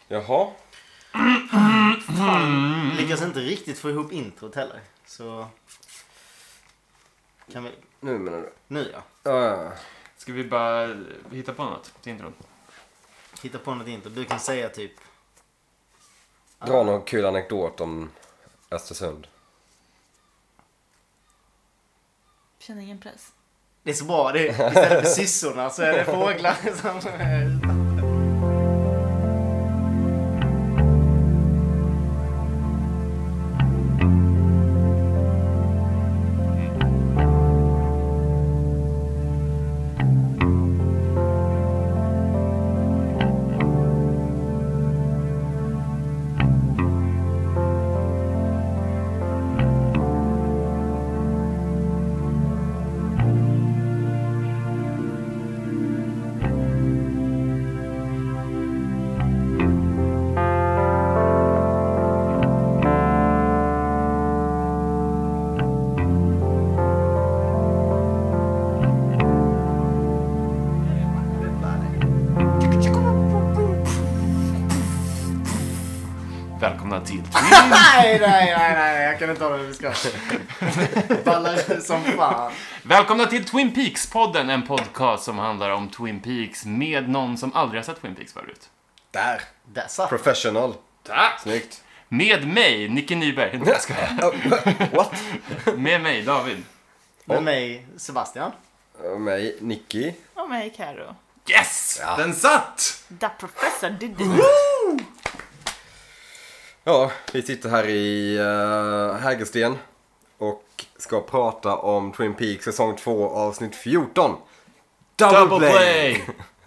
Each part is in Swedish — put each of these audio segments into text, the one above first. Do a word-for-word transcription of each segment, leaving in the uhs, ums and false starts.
Jaha. Fan, lyckas inte riktigt få ihop introt heller. Så kan vi... Nu menar du? Nu ja. Ja, ja. Ska vi bara hitta på något till intron? Hitta på något intro. Du kan säga typ... Dra någon kul anekdot om Östersund. Känner ingen press. Det är så bra. Det är, istället för syssorna så är det fåglar som... Välkomna till Twin... nej, nej, nej, nej. Jag kan inte ha det. Vi ska... Ballar som fan. Välkomna till Twin Peaks-podden, en podcast som handlar om Twin Peaks med någon som aldrig har sett Twin Peaks förut. Där! Där satt. Professional. Tack! Snyggt. Med mig, Nicke Nyberg. Nej, jag skojar. What? Med mig, David. Med mig, Sebastian. Och mig, Nicky. Och mig, Karo. Yes! Ja. Den satt! Da professor did it. Ja, vi sitter här i uh, Hägersten och ska prata om Twin Peaks säsong två avsnitt fjorton. Double, Double play! play.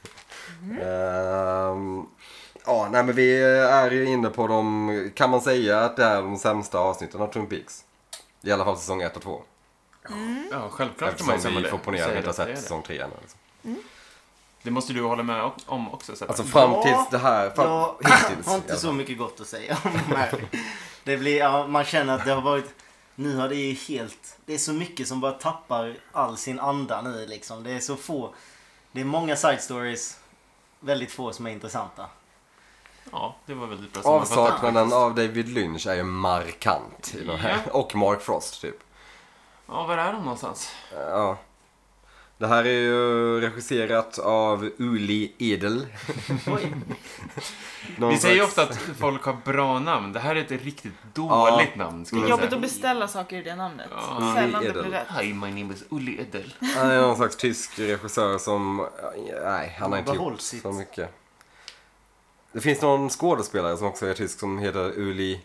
Ehm, ja, nej men vi är ju inne på de, kan man säga att det är de sämsta avsnitten av Twin Peaks? I alla fall säsong ett och två. Ja, självklart kan man ju Eftersom säga vi det. får ponera att vi inte har Säger det, sett säsong tre ännu. Liksom. det måste du hålla med om också. Så Alltså fram Ja, tills det här, fram, Jag hittills. har i inte alla så fall. mycket gott att säga om de här. Det blir, ja, man känner att det har varit... Nu har det ju helt... Det är så mycket som bara tappar all sin anda nu liksom. Det är så få... Det är många side stories. Väldigt få som är intressanta. Ja, det var väldigt bra sammanfattat. Avsaknaden av David Lynch är ju markant i de här. Ja. Och Mark Frost typ. Ja, var är de någonstans? Ja. Det här är ju regisserat av Uli Edel. Oj. Någon Vi säger ju slags- ofta att folk har bra namn. Det här är ett riktigt dåligt Ja. namn, skulle jag Jobbigt säga. att beställa saker i det namnet. Ja. Sällan det Edel. blir rätt. Hi, my name is Ulli Edel. Han är någon slags tysk regissör som... Nej, han har inte Behåll gjort sitt. så mycket. Det finns någon skådespelare som också är tysk som heter Uli...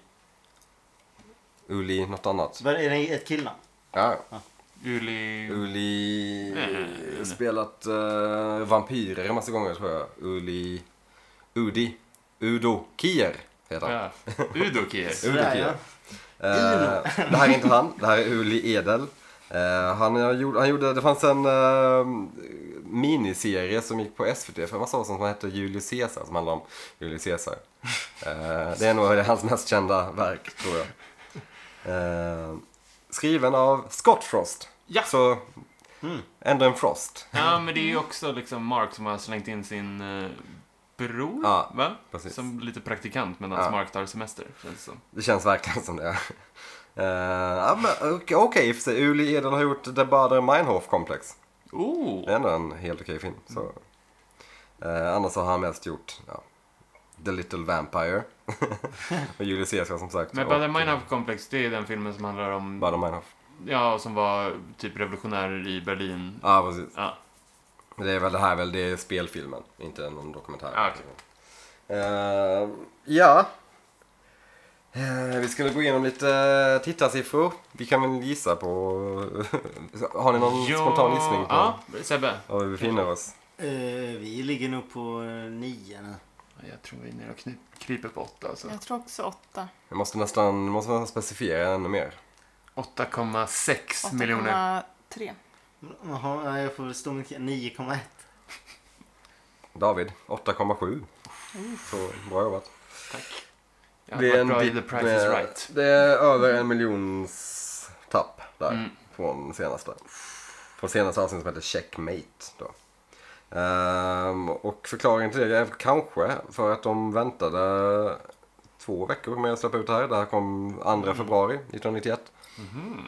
Uli något annat. Vad är det, ett killnamn? Ja, Uli... Uli... Nej, nej, nej. Spelat uh, vampyrer en massa gånger tror jag. Uli... Udi... Udo Kier heter han. Ja. Udo Kier. Udo Där, Kier. Eh, det här är inte han, det här är Uli Edel. Eh, han, gjorde, han gjorde, det fanns en uh, miniserie som gick på S V T för en massa år sedan som hette Julius Caesar, som handlar om Julius Caesar. Eh, det är nog hans mest kända verk, tror jag. Eh, skriven av Scott Frost. Ja. Så Mm. ändå en Frost. Ja, men det är ju också liksom Mark som har slängt in sin uh, bror, Ja, va? precis. Som lite praktikant medan Ja. Mark tar semester, känns det som. Det känns verkligen som det. Uh, ja, men Okej, okay, för sig. Uli Edel har gjort The Bader-Meinhof-komplex. Oh! Det är ändå en helt okej film. Så. Eh, annars har han mest gjort ja, The Little Vampire. och Julius Caesar som sagt. Men och, Bader Meinhof Complex, det är den filmen som handlar om... Bader Meinhof. Ja, som var typ revolutionärer i Berlin. Ja, precis. Ja. Men det är väl det här väl, det är spelfilmen. Inte någon dokumentär. Ah, okej. Eh, ja. Eh, vi skulle gå igenom lite tittarsiffror. Vi kan väl gissa på... har ni någon spontan gissning på Ja, Sebbe. var vi befinner oss? Uh, vi ligger nog på uh, nio nu. Jag tror vi är nere och kny- kryper på åtta. Alltså. Jag tror också åtta. Jag måste nästan, måste nästan specificera ännu mer. åtta komma sex miljoner. åtta komma tre. Jaha, nej, jag får stå med nio komma ett. David, åtta komma sju. Så bra jobbat. Tack. Jag har varit bra i dip The Price med- is Right. Det är över en miljons tapp där Mm. från senaste. Från senaste avsnittet som heter Checkmate då. Ehm, och förklaringen till det är kanske för att de väntade två veckor med att släppa ut det här. Det här kom andra februari nittonhundranittioett. Mhm.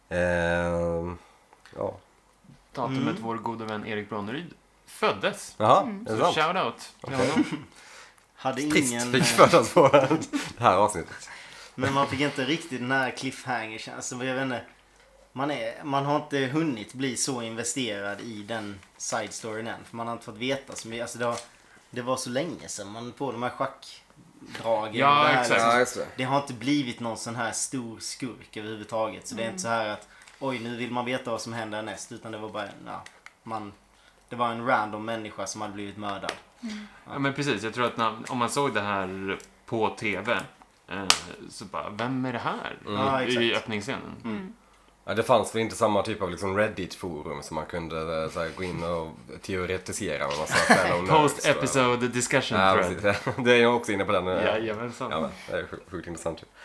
Ehm, ja. Datumet Mm. vår gode vän Erik Bronneryd föddes. Jaha, Mm. är det Så sant? shout-out till Okej. honom. Hade Trist ingen... fick eh, födas på det här avsnittet. Men man fick inte riktigt den här cliffhanger. Alltså, jag vet inte, man, är, man har inte hunnit bli så investerad i den side storyn än. För man har inte fått veta så mycket. Alltså, det, har, det var så länge sedan man på de här schackdragen. Ja, det, här, exakt. liksom, Ja, just det. det har inte blivit någon sån här stor skurk överhuvudtaget. Så det är inte så här att oj, nu vill man veta vad som händer näst. Utan det var bara, ja, man, det var en random människa som hade blivit mördad. Ja, men precis. Jag tror att när, om man såg det här på tv eh, så bara, vem är det här? Ja, I, I exakt. öppningsscenen. Mm. Ja, det fanns väl inte samma typ av liksom Reddit-forum som man kunde så här, gå in och teoretisera med massa fellow nerds. Post-episode discussion Ja, thread. precis. Det är jag också inne på den. Jajamensan. Ja, men det är sjukt, sjukt intressant. Typ.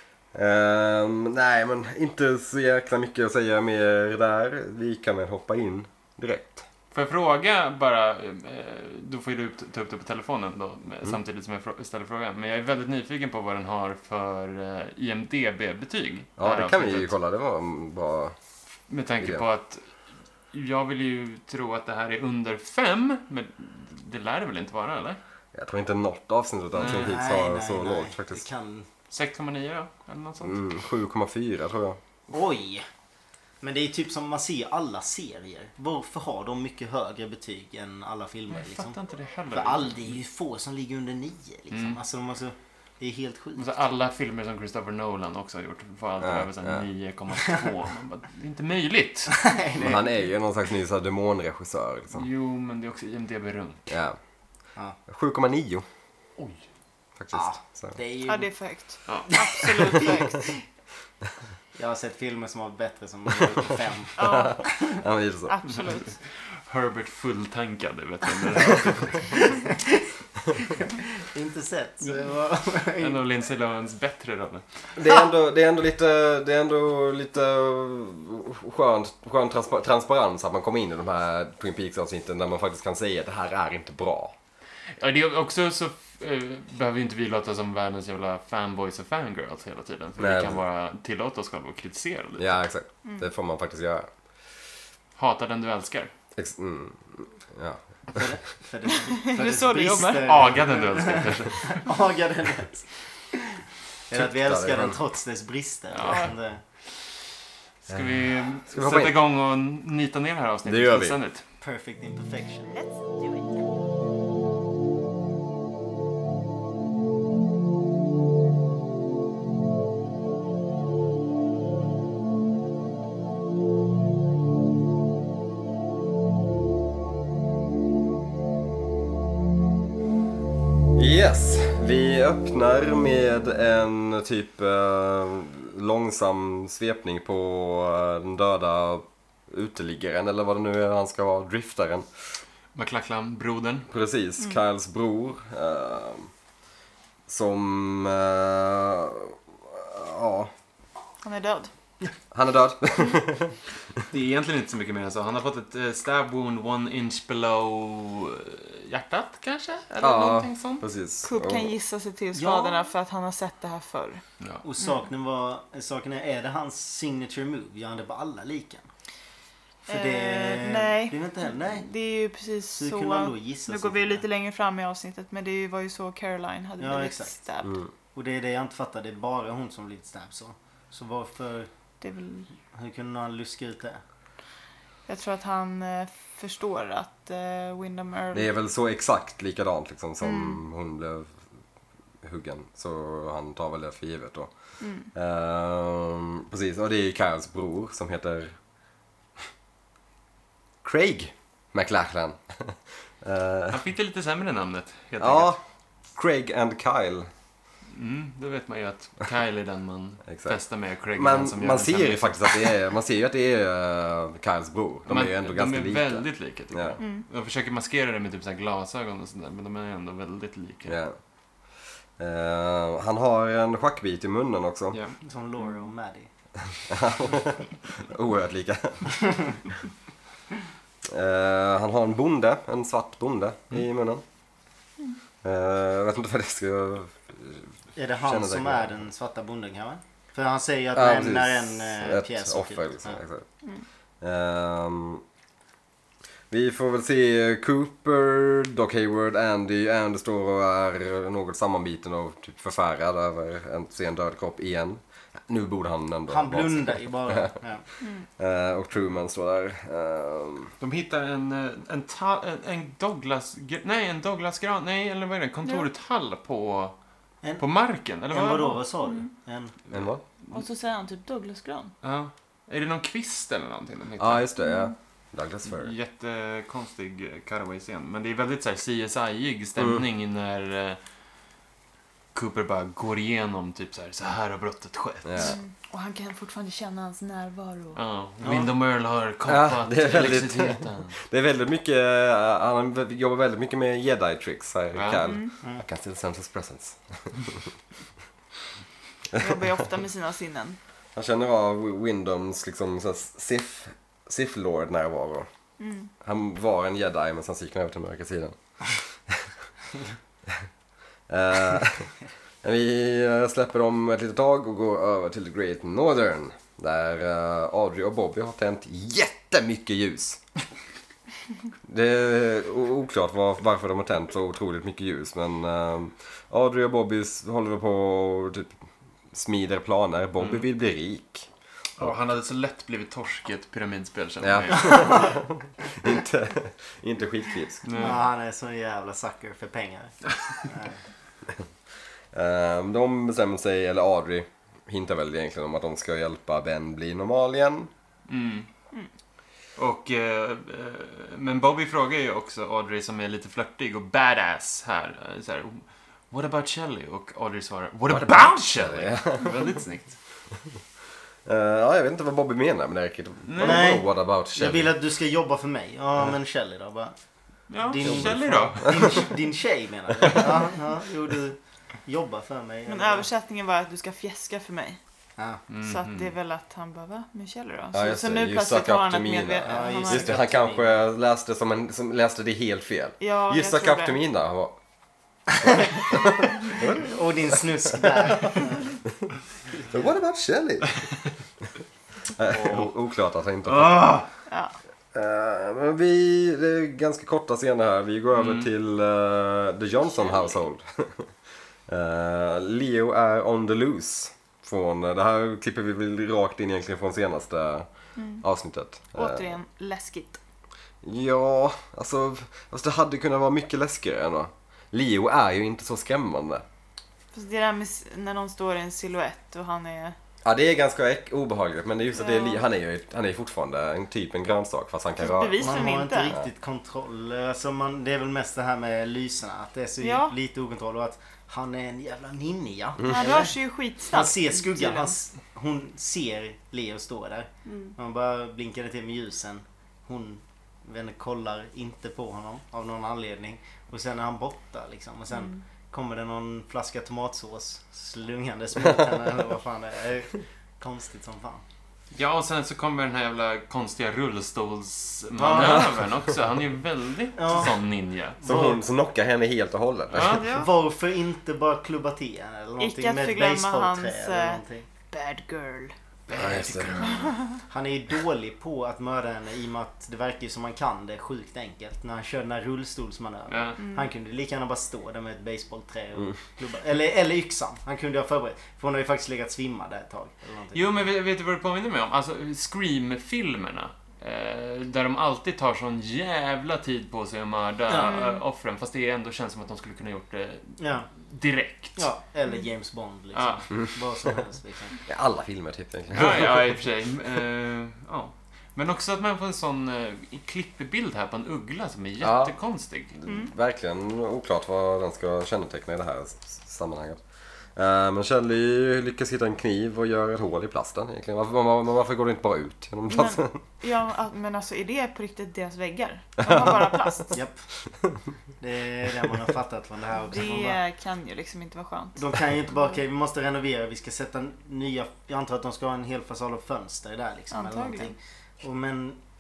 Ehm, nej, men inte så jäkla mycket att säga mer där. Vi kan väl hoppa in direkt. Får jag fråga bara, eh, då får ju du ta upp det på telefonen då, med- Mm. samtidigt som jag frå- ställer frågan. Men jag är väldigt nyfiken på vad den har för eh, I M D B-betyg. Ja, här det kan vi ju avsnittet. kolla. Det var en bra... Med tanke idé. på att jag vill ju tro att det här är under fem, men det lär det väl inte vara, eller? Jag tror inte något avsnitt av Twin Peaks har så lågt faktiskt. Det kan... sex komma nio då, eller något sånt. Mm, sju komma fyra tror jag. Oj! Men det är typ som man ser alla serier. Varför har de mycket högre betyg än alla filmer? Jag Liksom? fattar inte det heller. För all, det är ju få som ligger under nio. Liksom. Mm. Alltså, de har så, det är helt sjukt. Alltså, alla filmer som Christopher Nolan också har gjort får alltid Ja, över så här ja. nio komma två. Man bara, det är inte möjligt. Men han är ju någon slags ny så här demonregissör. Liksom. Jo, men det är också I M D B runt. Ja. Ja. sju komma nio Oj. faktiskt. Ja. Så. Det är ju, Ja, det är för högt. Ja. Absolut för högt. Jag har sett filmer som har varit bättre som har gjort fem. Ja, Ja, men lite så. absolut. Herbert fulltankade, vet du. Inte sett. Så det var... En av Lindsay Lohans bättre roller. Det är ändå, det är ändå lite, det är ändå lite skönt, skön transpa- transparens att man kommer in i de här Twin Peaks-avsnitten där man faktiskt kan säga att det här är inte bra. Ja, det är också så eh, behöver ju inte vi låta som världens jävla fanboys och fangirls hela tiden. För Nej. vi kan bara tillåta oss själva och kritisera lite. Ja, exakt. Det får man faktiskt göra. Hata den du älskar. Ex- mm, ja. För det, för det, för Det är dess så det jobbar. brister. Aga den du älskar kanske. Aga den. Eller att vi Tukta älskar det, den men- trots dess brister. Ja. Jag vet inte. Ska vi Ska vi hoppa sätta in? igång och nita ner det här avsnittet? Det gör vi. fullständigt? Perfect imperfection. Let's do it. Yes, vi öppnar med en typ eh, långsam svepning på eh, den döda uteliggaren eller vad det nu är han ska vara, driftaren. McLachlan, brodern. Precis, Kyles bror. Eh, som, eh, ja, Han är död. han är död. Det är egentligen inte så mycket mer än så. Han har fått ett eh, stab wound one inch below eh, hjärtat kanske? Eller Ja. någonting sånt. Precis. Coop kan Och- gissa sig till Ja. skadorna för att han har sett det här förr. Ja. Och saken, var, saken är, är det hans signature move? Gör han det på alla liken? För det... Eh, nej. Det är inte heller, nej. Det är ju precis Så så. kunde man då gissa Nu sig går vi till lite det. längre fram i avsnittet, men det var ju så Caroline hade Ja, blivit exakt. stabbed. Mm. Och det är det jag inte fattar. Det är bara hon som blivit snabb så. Så varför... Det är väl, Hur kunde han luska ut det? jag tror att han eh, förstår att eh, Windham Earl... Det är väl så exakt likadant liksom, som Mm. hon blev huggen. Så han tar väl det för givet då. Mm. Ehm, precis, och det är Kyles bror som heter Craig McLachlan. uh, Han fick det lite sämre namnet, helt ja, enkelt. Craig and Kyle. Mm, då vet man ju att Kyle är den man Exakt. festar med och Craig är Men den som gör man den ser sämre. ju faktiskt att det är, man ser ju att det är uh, Kyles bror. De Man- är ju ändå de ganska är lika. väldigt lika tycker Ja. jag. Mm. De försöker maskera det med typ så här glasögon och sådär, men de är ändå väldigt lika. Ja. Eh, han har en schackbit i munnen också. Ja. Som Laura och Maddie. Oerhört lika. Uh, han har en bonde, en svart bonde Mm. i munnen. Uh, jag vet inte vad det ska... Är det han Känner som det är klart. den svarta bonden kanske? För han säger ju att Ja, när, precis. när en eh, Ett pjäs offer åker ut. liksom. Ja. Exakt. Mm. Ehm, vi får väl se Cooper, Doc Hayward, Andy. Andy står och är något sammanbiten och typ förfärad över att se en död kropp igen. Nu borde han ändå... Han vara- blundar ju bara. Ja. Eh, och Truman står där. Ehm, De hittar en, eh, en, ta, en, en Douglas... Nej, en Douglas-gran. Nej, eller vad är det? Kontoret Hall på, En, på marken. Eller en vad? vadå, vad sa du? Mm. En, en vad? Och så säger han typ Douglasgran. Ja. Är det någon kvist eller någonting de Ja, hittar? ah, just det. Ja. Douglas Fir. Jättekonstig cutaway-scen. Men det är väldigt så här C S I-ig stämning Mm. när eh, Cooper bara går igenom typ så här, så här har brottet skett. Ja. Mm. Och han kan fortfarande känna hans närvaro. Ja, Ja. Windom Earl har Ja, kapat det är väldigt- elektriciteten. Det är väldigt mycket, uh, han jobbar väldigt mycket med jedi-tricks här, Ja. Cal. Mm. Mm. I can still sense his presence. Han jobbar ju ofta med sina sinnen. Han känner av Windoms liksom så här Sith, Sith Lord närvaro. Mm. Han var en jedi men sen gick han över till mörka sidan. Eh, vi eh, släpper dem ett litet tag och går över till The Great Northern. Där eh, Audrey och Bobby har tänt jättemycket ljus. Det är o- oklart var, varför de har tänt så otroligt mycket ljus. Men eh, Audrey och Bobby s- håller på och typ smider planer. Bobby Mm. vill bli rik. Ja, han hade så lätt blivit torsk i ett pyramidspel, känner Ja. jag. inte, inte skitkritisk. ja, Nej. han är så jävla sucker för pengar. Nej. Eh, de bestämmer sig, eller Audrey hintar väl egentligen om att de ska hjälpa Ben bli normal igen. Mm. Och, eh, eh, men Bobby frågar ju också Audrey, som är lite flörtig och badass här. eh, Så här, what about Shelley? Och Audrey svarar, what, What about, about Shelley? Väldigt snyggt. Eh, ja, jag vet inte vad Bobby menar med det riktigt. Nej. What about Jag Shelley? vill att du ska jobba för mig. Ja, men Shelley då? Bara, Ja, Din- Shelley då? din, din tjej menar du? Ja, ja, jo du jobbar för mig. Men eller? översättningen var att du ska fjäska för mig. Ja. Mm. Så att det är väl att han bara, va? Med Shelley då? Ja, Så, just så det. nu You plötsligt suck har up han to ett me medvetande. now. Ja, han just har Just det, ett- han kanske läste, som en, som läste det helt fel. Ja, You jag suck tror up to det. me now. Han bara, Och din snusk där. what about Shelley? Eh, o- Oklart att han inte har Ah! Ja. Eh, men vi, det är ganska korta scener här. Vi går Mm. över till eh, The Johnson household. Eh, Leo är on the loose. Från, det här klipper vi väl rakt in egentligen från senaste Mm. avsnittet. Eh, Återigen, läskigt. Ja, alltså fast det hade kunnat vara mycket läskigare ändå. Leo är ju inte så skrämmande. Fast det där med s- när någon står i en silhuett och han är... Ja, det är ganska äck- obehagligt, men det är just att det är, Ja. Leo- han är ju han är ju fortfarande en typ en grönsak fast han kan Fast röra. bevis- Man Visst, har inte. inte riktigt kontroll. Alltså man, det är väl mest det här med lyserna. Att det är så Ja. lite okontroll. Och att han är en jävla ninja. Mm. Han Eller? rör sig ju skitsnabbt. Han ser skuggan. tydligen. Han, s- hon ser Leo stå där. Mm. Man bara blinkade till med ljusen. Hon vänner kollar inte på honom av någon anledning. Och sen är han borta liksom. Och sen Mm. kommer det någon flaska tomatsås slungandes mot henne. Eller vad fan det är. Det är konstigt som fan. Ja, och sen så kommer den här jävla konstiga rullstolsmanövern också. Han är ju väldigt Ja. sån ninja. Så hon så knockar henne helt och hållet. Ja. Ja. Varför inte bara klubba till henne eller någonting Icke att med ett förglömma basebollträ hans, eller eh, någonting. Bad girl. Ja, just det. Han är ju dålig på att mörda henne i och med att det verkar ju som man kan det sjukt enkelt. När han kör den här rullstolsmanövern. Ja. Mm. Han kunde lika gärna bara stå där med ett basebollträ och Mm. klubba. Eller, eller yxan. Han kunde ha förberett. För hon har ju faktiskt legat svimmad ett tag. Eller någonting. Jo, men vet, vet du vad det påminner mig om? Alltså, Scream-filmerna. Eh, där de alltid tar sån jävla tid på sig att mörda Ja. eh, offren. Fast det ändå känns som att de skulle kunna gjort det Ja. direkt. ja, eller James Bond liksom. Ja. Vad som helst liksom. I alla filmer typ egentligen. Ja, ja, i och för sig. Eh, ja. Men också att man får en sån eh, klippbild här på en uggla som är Ja. jättekonstig. Mm. Verkligen oklart vad den ska känneteckna i det här s- sammanhanget. Eh, Men Shelley lyckas hitta en kniv och gör ett hål i plasten egentligen. Varför, var- varför går det inte bara ut genom plasten? Ja, att- men alltså är det på riktigt deras väggar? De har bara plast. Japp. Det är det man har fattat från det här också. Man bara, Det kan ju liksom inte vara skönt. de kan ju inte bara, okej vi måste renovera, vi ska sätta nya, jag antar att de ska ha en hel fasad av fönster där liksom. Eller Antagligen. någonting. Och men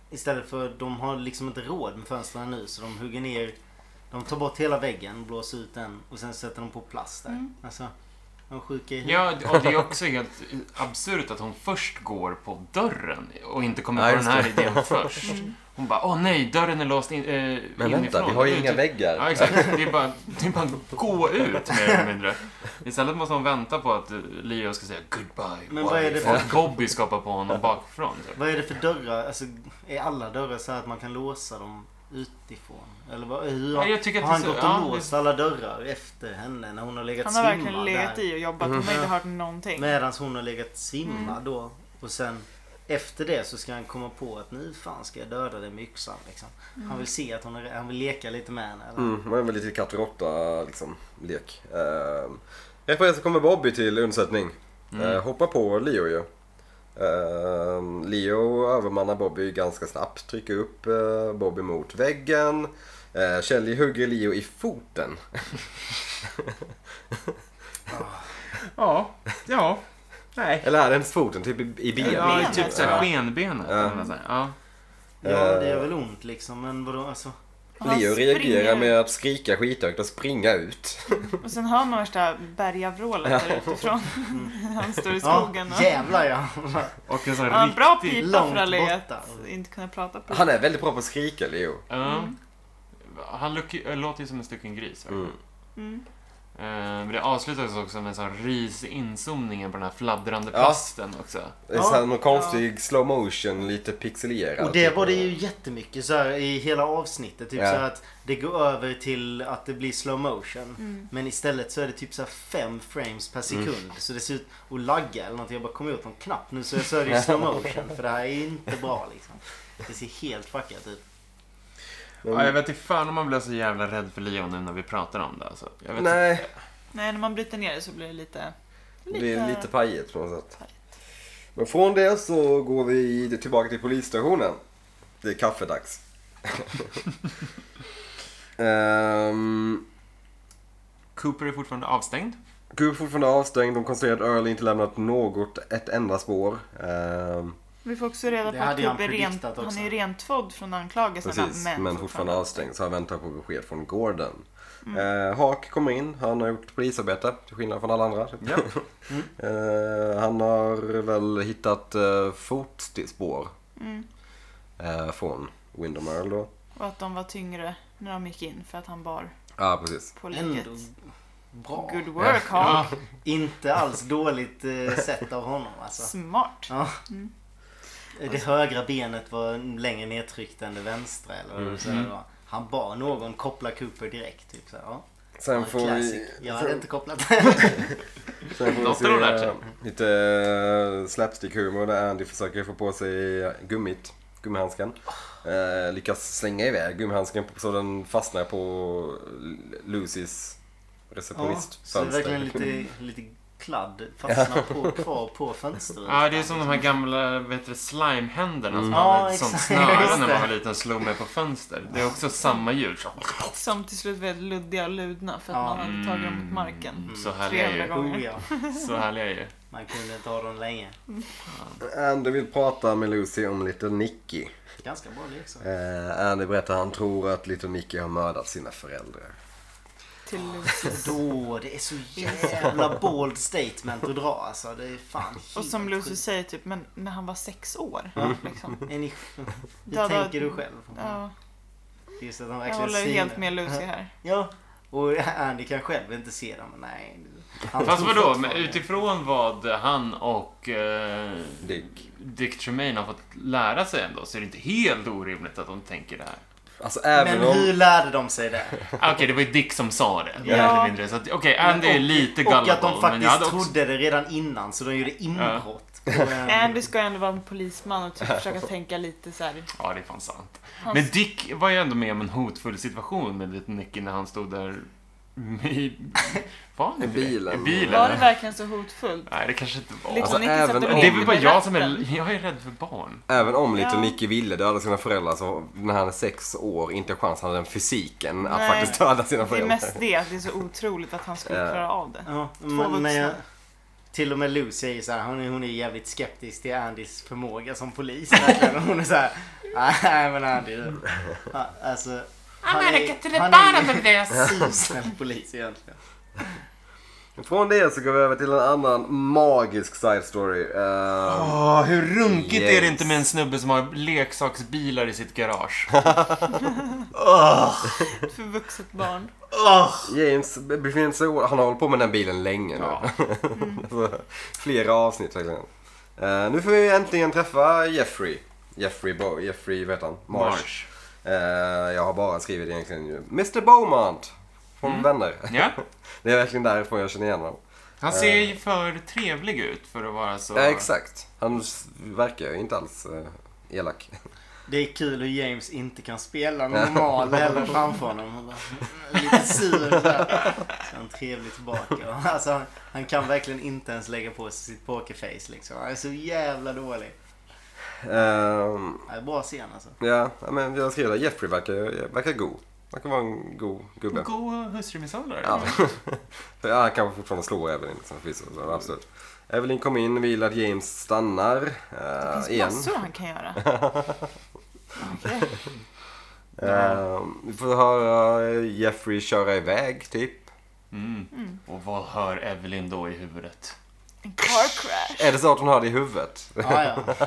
istället för de har liksom inte råd med fönstren nu så de hugger ner, de tar bort hela väggen, blåser ut den och sen sätter de på plast där. Mm. Alltså, de sjuka i Ja, och det är också helt absurt att hon först går på dörren och inte kommer Ja, på den just här idén först. Hon bara, åh nej, dörren är låst in, äh, Men inifrån. vänta, vi har ju Det är inga typ- väggar. Ja, exakt. Det är bara, det är bara att gå ut mer eller mindre. Istället måste hon vänta på att Leo ska säga goodbye. Men vad är det wife. för- Och Bobby skapar på honom bakifrån. Typ. Vad är det för dörrar? Alltså, är alla dörrar så här att man kan låsa dem utifrån? Eller vad, hur har, Ja, jag tycker att har han det är gått så- och ja, låst alla dörrar efter henne när hon har legat Han har verkligen svimmad legat där? i och jobbat. Hon har inte hört någonting. Medan hon har legat svimmad Mm. då. Och sen efter det så ska han komma på att nu fan ska jag döda dig med yxan. Liksom. Mm. Han vill se att hon är, han vill leka lite med henne. Eller? Mm, det var väl lite katt och råtta liksom, lek. Uh, efter det så kommer Bobby till undsättning. Mm. Uh, hoppar på Leo ju. Uh, Leo övermannar Bobby ganska snabbt. Trycker upp uh, Bobby mot väggen. Uh, Shelly hugger Leo i foten. Ja, ja. Nej. Eller är det ens foten? Typ i, i benet? Ja, benet, typ såhär ja. skenbenet. Ja. eller vad säger. Ja. Ja, det gör väl ont liksom. Men vadå alltså? Han Leo springer reagerar ut. med att skrika skithögt och springa ut. Och sen hör man värsta bergavrålet där utifrån. Han står i Ja, skogen. och- jävlar ja. Och en sån Ja, en bra riktig... pipa långt för alla är borta. att inte kunna prata på. Han är väldigt bra på att skrika, Leo. Ja. Han luk- låter ju som en stycken gris. Mm. Mm. Eh, Men det avslutas också med en sån risig inzoomningen på den här fladdrande Ja. plasten också. Det är Ja. så här någon konstig slow motion, lite pixelerad. Och det typ. var det ju jättemycket så här i hela avsnittet. Typ Ja. så här att det går över till att det blir slow motion. Mm. Men istället så är det typ så här fem frames per sekund. Så det ser ut att lagga eller något. Jag bara kommer åt någon knapp nu så, så är det ju slow motion. För det här är inte bra liksom. Det ser helt fuckat ut. Ja, jag vet inte fan om man blir så jävla rädd för Leo nu när vi pratar om det. Alltså. Jag vet Nej, Inte. Nej, när man bryter ner det så blir det lite... det blir lite pajigt på något sätt. Pajigt. Men från det så går vi tillbaka till polisstationen. Det är kaffedags. um, Cooper är fortfarande avstängd. Gud är fortfarande avstängd. De konstaterar att Earl inte lämnat något, ett enda spår. Um, Vi får också reda Det på att hade han Cooper är rent, prediktat han också. är ju rentvådd från anklagelserna. precis, men, men fortfarande avstängd. Så han väntar på besked från Gordon. Uh, Hawk kommer in. Han har gjort polisarbete, till skillnad från alla andra. Typ. Ja. Uh, han har väl hittat uh, fotspår Mm. uh, från Windham Earl då. Och att de var tyngre när de gick in för att han bar Ja, precis. på Ändå liket. bra. Good work, Ja. Hawk. Inte alls dåligt eh, sätt av honom alltså. Smart. Ja. Mm. Det högra benet var längre nedtryckt än det vänstra eller vad det så här var. Han bar någon koppla Cooper direkt. Typ så här, ja. Sen Ja, får classic. vi... Jag hade inte kopplat. Sen får vi Något har de lärt se sig. eh, lite eh, slapstick-humor där Andy försöker få på sig gummit, gummihandsken. Eh, lyckas slänga iväg gummihandsken så den fastnar på Lucys Ja, receptionist. så det är verkligen lite, lite kladd fastnar på, kvar på fönstret. Ja, det är som de här gamla vet du, slime-händerna som Ja, hade ett sånt exakt. snöre Just när det. man var liten och slog med på fönster. Det är också samma ljud. Så, Som till slut var luddiga och ludna för att Ja. man hade tagit dem mot marken. Mm, så härliga är trehundra ju. gånger. Oh, ja. Så härliga är ju. Man kunde inte ha dem länge. Andy vill prata med Lucy om Little Nicky. Ganska bra det också. Eh, Andy berättar att han tror att Little Nicky har mördat sina föräldrar. Till Lucys. Då, det är så jävla bold statement att dra alltså. Det är fan Och som helt Lucy sjukt. säger typ, men när han var sex år. Liksom. Är ni, hur Ja, då- tänker du själv? Ja, Just att de jag verkligen håller synar. helt med Lucy här. Ja, och Andy kan själv inte se dem. Men nej. Han Fast tror vadå, men fortfarande- utifrån vad han och eh, Dick. Dick Tremaine har fått lära sig ändå så är det inte helt orimligt att de tänker det här. Alltså även Men om... hur lärde de sig det? Ah, Okej, det var ju Dick som sa det. Ja. Mer eller mindre. Så att, okej, Andy är lite Och gullible. att de men jag faktiskt hade också... trodde det redan innan så de gjorde inbrott. Och, ehm, Andy ska ju ändå vara en polisman och typ försöka tänka lite så här. Ja, det är fan sant. Hans- Men Dick var ju ändå med om en hotfull situation med lite Nicky när han stod där i... Var han I inte det? bilen. I bilen. Var det verkligen så hotfullt? Nej, det kanske inte var. Little Alltså, Nicky även satte om- väl det är in väl med bara jag som är... ratten. Jag är rädd för barn. Även om Little Ja. Nicky ville döda sina föräldrar så när han är sex år inte chans han hade den fysiken att Nej. faktiskt döda sina Det är föräldrar. mest det, att det är så otroligt att han skulle Ja. klara av det. ja, Två men när jag, vuxna. till och med Lou säger så här, hon är, hon är jävligt skeptisk till Andys förmåga som polis. Hon är så här, nej men Andy, du. Ja, alltså, han I'm gonna är, get to the han bottom of är this. usel polis egentligen. Från det så går vi över till en annan magisk side story. Uh, Åh, hur runkigt Yes. är det inte med en snubbe som har leksaksbilar i sitt garage? För vuxet barn. James befinner sig, han har hållit på med den bilen länge nu. Ja. Alltså, flera avsnitt verkligen. Uh, nu får vi äntligen träffa Jeffrey. Jeffrey, Bo, Jeffrey vad heter han? Marsh. Marsh. Uh, jag har bara skrivit egentligen ju mister Beaumont från Mm. Vänner. Ja. Det är verkligen därifrån jag känner igen honom. Han ser ju för trevlig ut för att vara så... Ja, exakt. Han s- verkar ju inte alls uh, elak. Det är kul hur James inte kan spela normal heller framför honom. Han bara, lite sur så här. Så han trevlig tillbaka. Alltså, han, han kan verkligen inte ens lägga på sig sitt pokerface liksom. Han är så jävla dålig. Um, Det är bra scen alltså. ja, men jag skrev det. Jeffrey verkar, verkar god. Verkar vara en god gubbe. God hustrumisshandlare. Ja. För ja, han kan fortfarande slå Evelyn. Liksom, så, absolut. Evelyn kommer in och vill att James stannar. Det Uh, finns igen. massor han kan göra. Okej. Uh, vi får höra Jeffrey köra iväg typ. Mm. Mm. Och vad hör Evelyn då i huvudet? En car crash. Är det så att hon har det i huvudet? Ja, ja.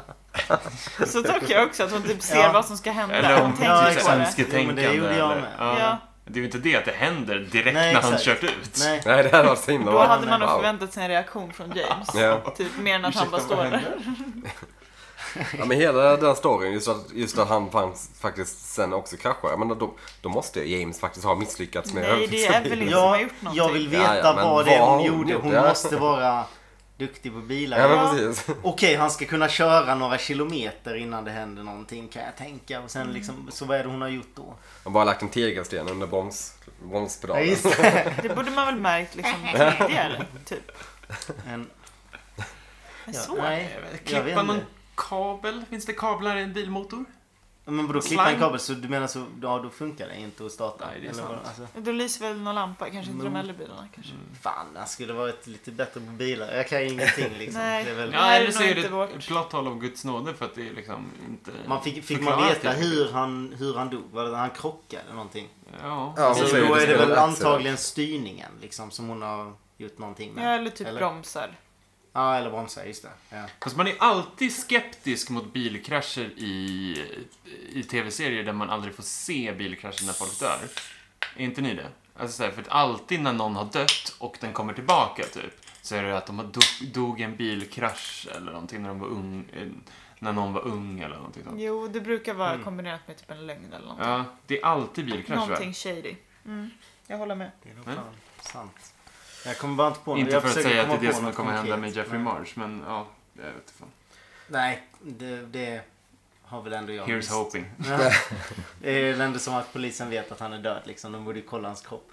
Så tycker jag också att hon typ ser Ja. vad som ska hända. Eller Hon om tänker Ja, typ exakt. på det. önsketänkande. Jo, men det gjorde jag eller- med. Ja. Ja. Det är ju inte det att det händer direkt Nej, när han exakt. kört ut. Nej. Nej, det hade varit så himla Då bra. hade man nog Wow. förväntat sig en reaktion från James. Ja. Typ mer än att han bara Ursäkta, står vad där. händer? Ja, men hela den storyn, just att, just att han fanns, faktiskt sen också kraschar. Men då, då måste James faktiskt ha misslyckats med Nej, det är Evelyn som har gjort någonting. Jag vill veta Ja, ja, men vad det är vad har hon hon gjorde. gjort? Hon Ja. måste vara duktig på bilar. Ja, men Ja. precis. Okej, han ska kunna köra några kilometer innan det händer någonting kan jag tänka. Och sen liksom, så vad är det hon har gjort då? Han bara lagt en tegelsten under broms, Ja, bromspedalen. just det. Det borde man väl märkt liksom tidigare, typ. En, Men ja, så. nej, jag vet Klippa inte. någon kabel? Finns det kablar i en bilmotor? Men vadå, klippa en Slang? kabel så du menar så, ja då funkar det inte att starta? Nej, det är Eller sant. vad, alltså, Då lyser väl någon lampa, kanske inte de Mm. äldre bilarna kanske. fan, jag skulle varit lite bättre på bilar. Jag kan ju ingenting liksom. Nej. Det är väl, Det Ja, här är eller så nog är det inte ett vårt. plot hål av Guds nåde för att det är liksom inte... man fick, fick man förklarat veta tillräckligt. hur han, hur han dog? Var det han krockade eller någonting? Ja. Ja, Alltså, hon säger då det är det spelar väl aktier. antagligen styrningen liksom som hon har gjort någonting med. Ja, eller typ Eller? bromsar. Ja, eller bromsar, just det. Ja. Fast man är alltid skeptisk mot bilkrascher i, i tv-serier där man aldrig får se bilkrascher när folk dör. Är inte ni det? Alltså så här, för att alltid när någon har dött och den kommer tillbaka typ, så är det att de har dog, dog i en bilkrasch eller någonting när de var ung, eh, när någon var ung eller någonting sånt. Jo, det brukar vara Mm. kombinerat med typ en lögn eller någonting. Ja, det är alltid bilkrasch va? Någonting shady. Mm. Jag håller med. Det är nog Men? fan sant. Jag kommer bara inte på Inte jag för att försöker säga att det är komma det på som något kommer hända med konkret. Jeffrey Nej. Marsh, men ja, jag vet inte fan. Nej, det, det har väl ändå jag Here's visst. hoping. Ja. Det är väl ändå som att polisen vet att han är död liksom. De borde ju kolla hans kropp.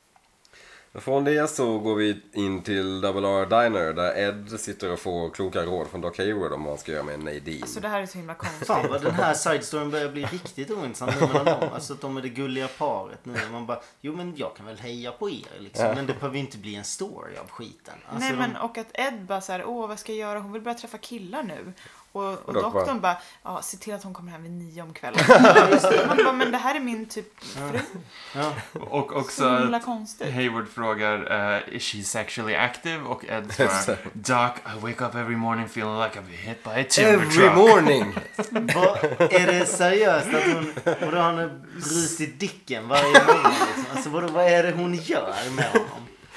Från det så går vi in till Double R Diner där Ed sitter och får kloka råd från Doc Hayward om vad han ska göra med Nadine. Alltså det här är så himla konstigt. Fan vad den här side-storyn börjar bli riktigt ointressant nu mellan dem. Alltså att de är det gulliga paret nu. Man bara, jo men jag kan väl heja på er liksom. Ja. Men det behöver inte bli en story av skiten. Alltså, Nej de- men och att Ed bara såhär, åh vad ska jag göra? Hon vill börja träffa killar nu. Och, och Och dock doktorn bara, ja se till att hon kommer hem vid nio om kvällen. Man bara, men det här är min typ fru. Ja. Och Så också himla att konstigt. Hayward frågar, uh, is she sexually active? Och Ed svarar, Doc, I wake up every morning feeling like I've been hit by a timber Every truck. morning! Vad, är det seriöst att hon, vadå han har brutit dicken varje morgon liksom? Alltså vadå, vad är det hon gör med honom?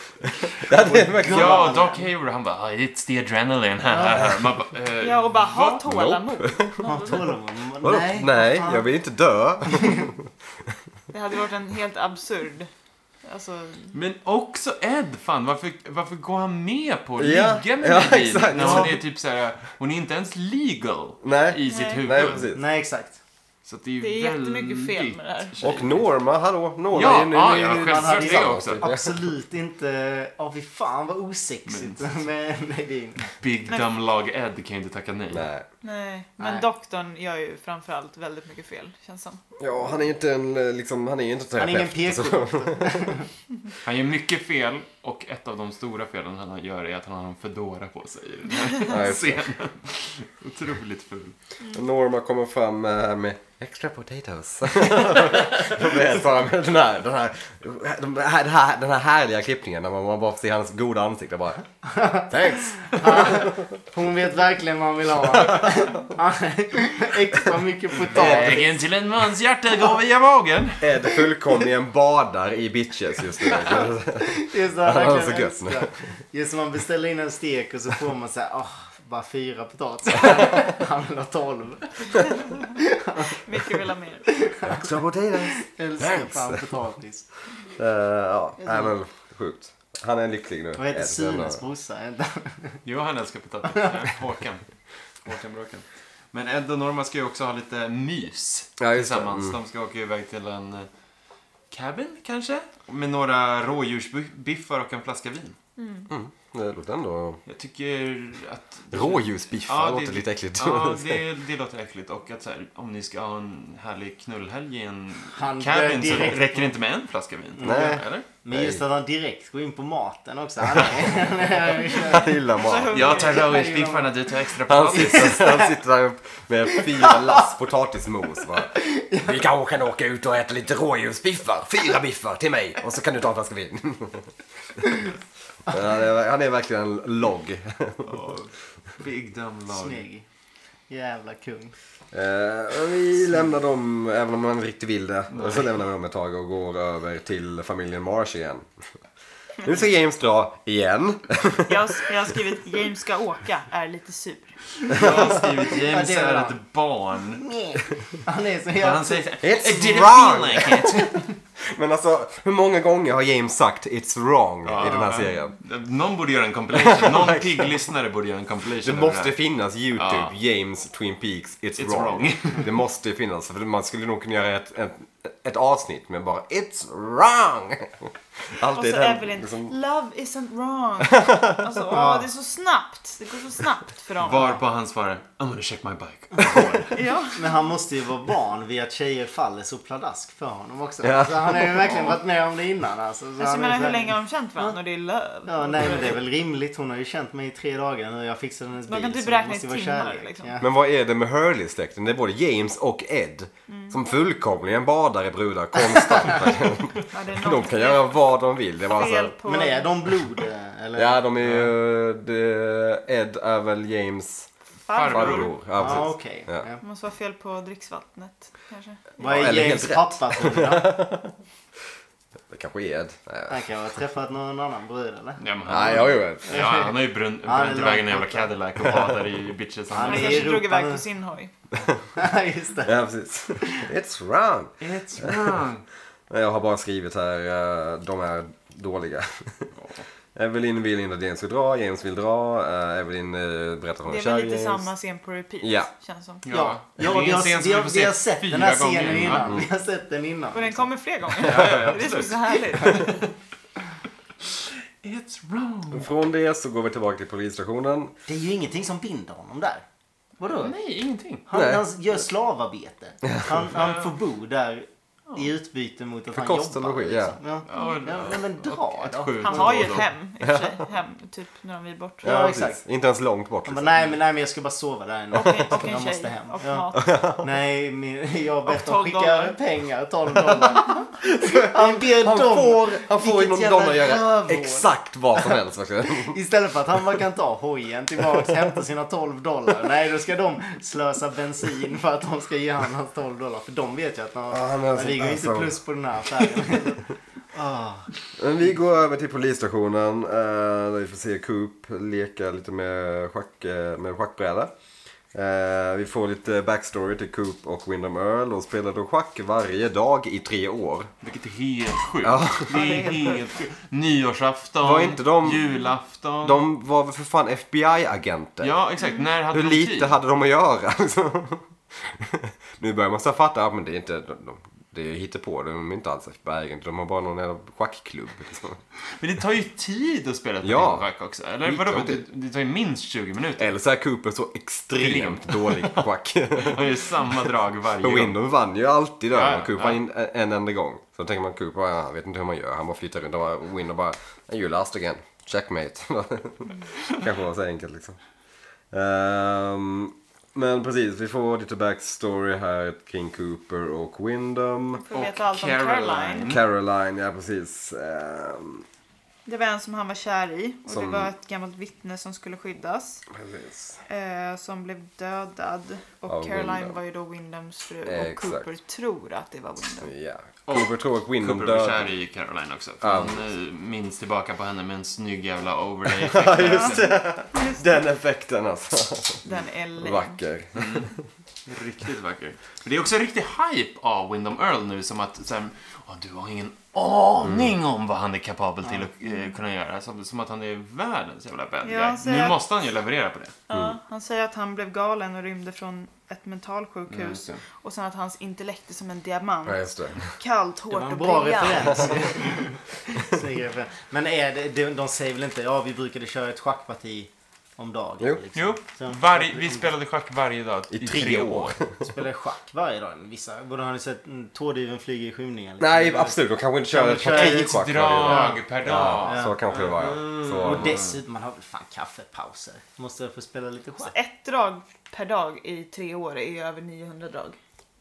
Ja, det är verkligen... Ja, Doc Hayward, han bara, oh, it's the adrenaline. Man bara, eh, Ja och bara, ha va? tålamod. Han tålamod. Vadå? Nej, Nej, vad fan. jag vill inte dö. Det hade varit en helt absurd. Alltså, Men också Ed, fan, varför, varför går han med på att Ja, ligga med ja, Nadine? exakt. När hon är typ såhär, hon är inte ens legal Nej. i sitt Nej. huvud. Nej, precis. Nej, exakt. Så att det är, Det är väldigt jättemycket fel med det här. Och Norma, hallå, Norma Ja, är nu, ja, nu- ja, nu- självklart nu- det också. Absolut inte... Åh, fy fan vad osexigt med Nadine. Big Nej. Dumb Lag Ed kan ju inte tacka nej. Nej. Nej, men Nej. doktorn gör ju framförallt väldigt mycket fel, känns som. Ja, han är ju inte en, liksom, han är ju inte Han är ingen terapeut. P så- K. Han gör mycket fel och ett av de stora felen han gör är att han har en fedora på sig i den här Ja, just det. scenen. Otroligt ful. Norma kommer fram eh, med extra potatoes. Och berättar om den här, den här, den här, den här, den här härliga klippningen när man bara får se hans goda ansikte bara. Thanks! Hon vet verkligen vad han vill ha. Extra mycket potatis. Vägen till en mans hjärta går via magen. Ed fullkomligen badar i bitches just nu. Det är så Han han har verkligen så gött nu. älskar. Just som man beställer in en stek och så får man så här, åh, bara fyra potatis. Han vill ha tolv. Mycket vill ha mer. Extra potatoes! Älskar Thanks. fan potatis. Uh, ja, nej men sjukt. Han är lycklig nu. Vad heter Ed, så Sunes ändå- brorsa? Jo, han älskar potatis. Ja, Håkan. Håkan Bråkan. Men Ed och Norma ska ju också ha lite mys Ja, just det. tillsammans. Mm. De ska åka iväg till en eh, cabin, kanske? Med några rådjursbiffar och en flaska vin. Mm, det låter ändå... Jag tycker att... Rådjursbiffar Ja, låter det- lite äckligt. Ja, det, det låter äckligt. Och att så här, om ni ska ha en härlig knullhelg i en Han cabin börjar så direkt- räcker det inte med en flaska vin. Nej. Eller? Men just att han direkt går in på maten också. Han är, Han gillar mat. Jag tar rådjursbiffarna, du tar extra Han potatis. sitter, han sitter där med fyra lass potatismos. Va? Vi kanske kan åka ut och äta lite rådjursbiffar. Fyra biffar till mig. Och så kan du ta en flaska vin. Han är, han är verkligen en logg. Oh, big dumb lag. snygg. Jävla kung. Eh, vi lämnar dem, även om man inte riktigt vill det. Och så lämnar vi dem ett tag och går över till familjen Marsh igen. Nu ska James dra igen. Jag har, jag har skrivit James ska åka, är lite sur. Jag har skrivit Ja, James det är är bra. ett barn. Han är så Och jävla... han säger så här, It's "It didn't wrong." feel like it. Men alltså, hur många gånger har James sagt it's wrong i den här serien? Någon borde göra en compilation. Någon pigg lyssnare borde göra en compilation. Det av måste här. finnas YouTube, Ja. James Twin Peaks, It's, It's wrong. wrong. Det måste finnas, för man skulle nog kunna göra ett, ett, ett avsnitt med bara It's wrong! Och Alltid så den, Evelyn, liksom, love isn't wrong. Alltså, åh, det är så snabbt. Det går så snabbt för dem. Varpå han svarar, I'm gonna check my bike. Ja. Men han måste ju vara van vid att tjejer faller så pladask för honom också. Ja. Så han har ju verkligen varit med om det innan. Alltså, så Alltså, han jag är menar, så hur här- länge har de känt varandra? Och det är love. Ja, nej men det är väl rimligt. Hon har ju känt mig i tre dagar nu. Jag fixade hennes bil. Man kan typ så det räkna måste i ju vara timmar, kärlek. liksom. Ja. Men vad är det med Hurley-släkten? Det är både James och Ed som fullkomligen badar i brudar konstant. Ja, det är De något kan göra vad de vill. Det var fel alltså, på... Men är de blod? eh, Eller? ja, de är ju... det- Ed är väl James farbror. farbror. Ja, Ja, precis. okej. Ja. Ja. Det måste vara fel på dricksvattnet, kanske. Vad Ja, är eller James helt rätt. pappa tror du då? Det kanske är Ed. Nej, Han kan ha träffat någon annan brud eller? Ja, men han, Nej jag har ju Ed. ja, han har ju brunn, Han är bränt iväg en långt jävla borta. Cadillac och badar i bitches. Han Han är i kanske drog Europa iväg nu. på sin hoj. Ja, just det. Ja, precis. It's wrong. It's wrong. Jag har bara skrivit här, eh, de är dåliga. Evelyn vill inte att James vill dra, James vill dra, uh, Evelyn uh, berättar att hon Det är är kär väl i lite James. samma scen på repeat, Ja. känns som. Ja, Ja, ja det är vi, en har, scen som vi, vi har, får vi har se sett fyra den här scenen gånger. innan. Ja. Vi har sett den innan. Och den kommer fler gånger. Ja, ja, Det är det som är absolut. så härligt. It's wrong. Från det så går vi tillbaka till polisstationen. Det är ju ingenting som binder honom där. Vadå? Nej, ingenting. Han, Nej. han gör slavarbete. Han, han får bo där i utbyte mot att För han kost och jobbar. logi, liksom. ja. Ja, Ja, men, men dra ett då. skjut Han har ju då ett och då. hem, i och för sig. Hem, typ några mil bort. Ja, Ja, exakt. precis. Inte ens långt bort. Han bara, Liksom. nej, men, nej men jag ska bara sova där en Och en, och Jag en måste tjej. hem. Och Ja. mat. Nej, min, jag har bett dem tolv skicka dollar. pengar, tolv dollar. Han ber Han dem. får, han får Vilket inom dem jävla att göra rövhål. exakt vad som helst. Verkligen. Istället för att han bara kan ta hojen tillbaka och hämta sina tolv dollar. Nej, då ska de slösa bensin för att de ska ge han hans tolv dollar. För de vet ju att de, Ja, han är men vi går ju inte alltså- plus på den här affären. Ah. Men vi går över till polisstationen eh, där vi får se Coop leka lite med, schack, eh, med schackbräda. Eh, vi får lite backstory till Coop och Windham Earl och spelar då schack varje dag i tre år. Vilket är helt sjukt. Ja. Det är helt sjukt. Nyårsafton, Var inte de- julafton. De var väl för fan F B I-agenter? Ja, exakt. När hade Hur de lite tid? hade de att göra? nu börjar man så fatta att men det är inte... De, de, det är hittepå, de är inte alls bergen. De har bara någon jävla schackklubb. Liksom. Men det tar ju tid att spela ett Ja. schack också. Eller vadå? Det, det tar ju minst tjugo minuter. Eller så är Cooper så extremt dålig på schack. Han gör samma drag varje Och gång. Windom vann ju alltid där. Ja, Och Cooper ja. in en, en enda gång. Så tänker man Cooper, ja, han vet inte hur man gör. Han bara flyttar runt. Och Windom bara, you last again. Checkmate. Kanske var så enkelt liksom. Um, men precis, vi får lite backstory här kring Cooper och Windom. Får veta allt om Caroline. Caroline. Caroline, ja precis. Um, Det var en som han var kär i. Och Som- det var ett gammalt vittne som skulle skyddas. precis. Eh, som blev dödad. Och Av Caroline Windom. var ju då Windoms fru. Eh, och exakt. Cooper tror att det var Windom. Ja. Och Cooper tror att Windom Cooper var dödade. kär i Caroline också. För Ja. han eh, minns tillbaka på henne med en snygg jävla overlay-effekt. Just det. Den effekten alltså. Den är lame. Vacker. Riktigt vacker. För det är också en riktig hype av Windom Earl nu som att så här, "Åh, du har ingen aning om vad han är kapabel till att eh, kunna göra. Som, som att han är världens jävla bad Ja, guy. så Nu jag- måste han ju leverera på det. Ja, han säger att han blev galen och rymde från ett Ja, mentalsjukhus. just det. Och sen att hans intellekt är som en diamant. Ja, just det. Kallt, Det hårt var en och bra briljant. referens. Snygg referens. Men är det, de, de säger väl inte, ja vi brukade köra ett schackparti om dagen. Jo. Liksom. Jo, Så, varje, vi spelade schack varje dag I tre år. spelar schack varje dag. Vissa, både har ni sett en tårdyven flyger i skymningen? Liksom? Nej, absolut. De kanske inte kör Kan ett vi köra Ett partischack varje dag. drag per Ja, dag. så kanske det var ja. Mm, Så, och dessutom, man har väl fan kaffepauser. Måste jag få spela lite Så schack? ett drag per dag i tre år är ju över niohundra drag.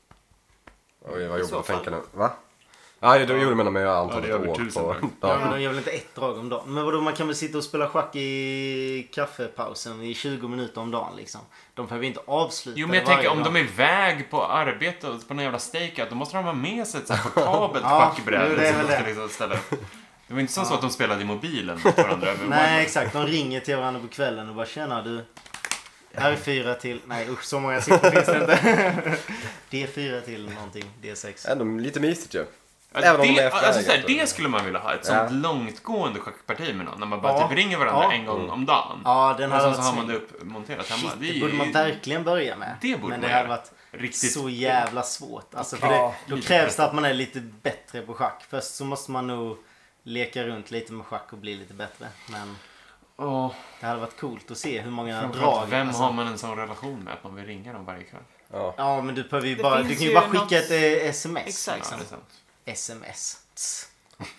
oj, vad I jobbigt så att fall. tänka nu. Va? Ja, det gjorde man med Ja, antalet det är över år tusen på drag. Ja, dagen. men de gör väl inte ett drag om dagen? Men vadå, man kan väl sitta och spela schack i kaffepausen i tjugo minuter om dagen liksom. De behöver inte avsluta Jo, men jag varje tänker om dag. de är iväg på arbete och på någon jävla stakeout, då måste de ha med sig ett så här portabelt Ja, schackbräde jo, det är som de väl ska det. liksom ställa upp. Det var inte som så Ja. att de spelade i mobilen mot varandra över Nej, wifi. exakt. De ringer till varandra på kvällen och bara tjena du. Här är fyra till. Nej usch, så många siffror finns det inte. D fyra till någonting. D sex. Ändå lite mysigt ju. Ja, Även om de det, är efter alltså, såhär, ägat. det skulle man vilja ha. Ett sånt Ja. långtgående schackparti med någon. När man bara Ja. typ ringer varandra Ja. en gång Mm. om dagen. Ja, den Och hade sen varit så har man snygg. det uppmonterat hemma. Shit, Det, det är borde ju- man verkligen börja med. Det borde Men man det hade göra. varit Riktigt så jävla svårt. Alltså, för Ja, det, då lite krävs det att man är lite bättre på schack. Först så måste man nog leka runt lite med schack och bli lite bättre. Men Åh, det hade varit coolt att se hur många framförallt, drag. vem alltså, har man en sån relation med att man vill ringa dem varje kväll? Ja. Ja, men du behöver ju Det bara, du finns kan ju ju bara något- skicka ett eh, sms. Exakt. Ja, Liksom. det är sant. Sms. Tss.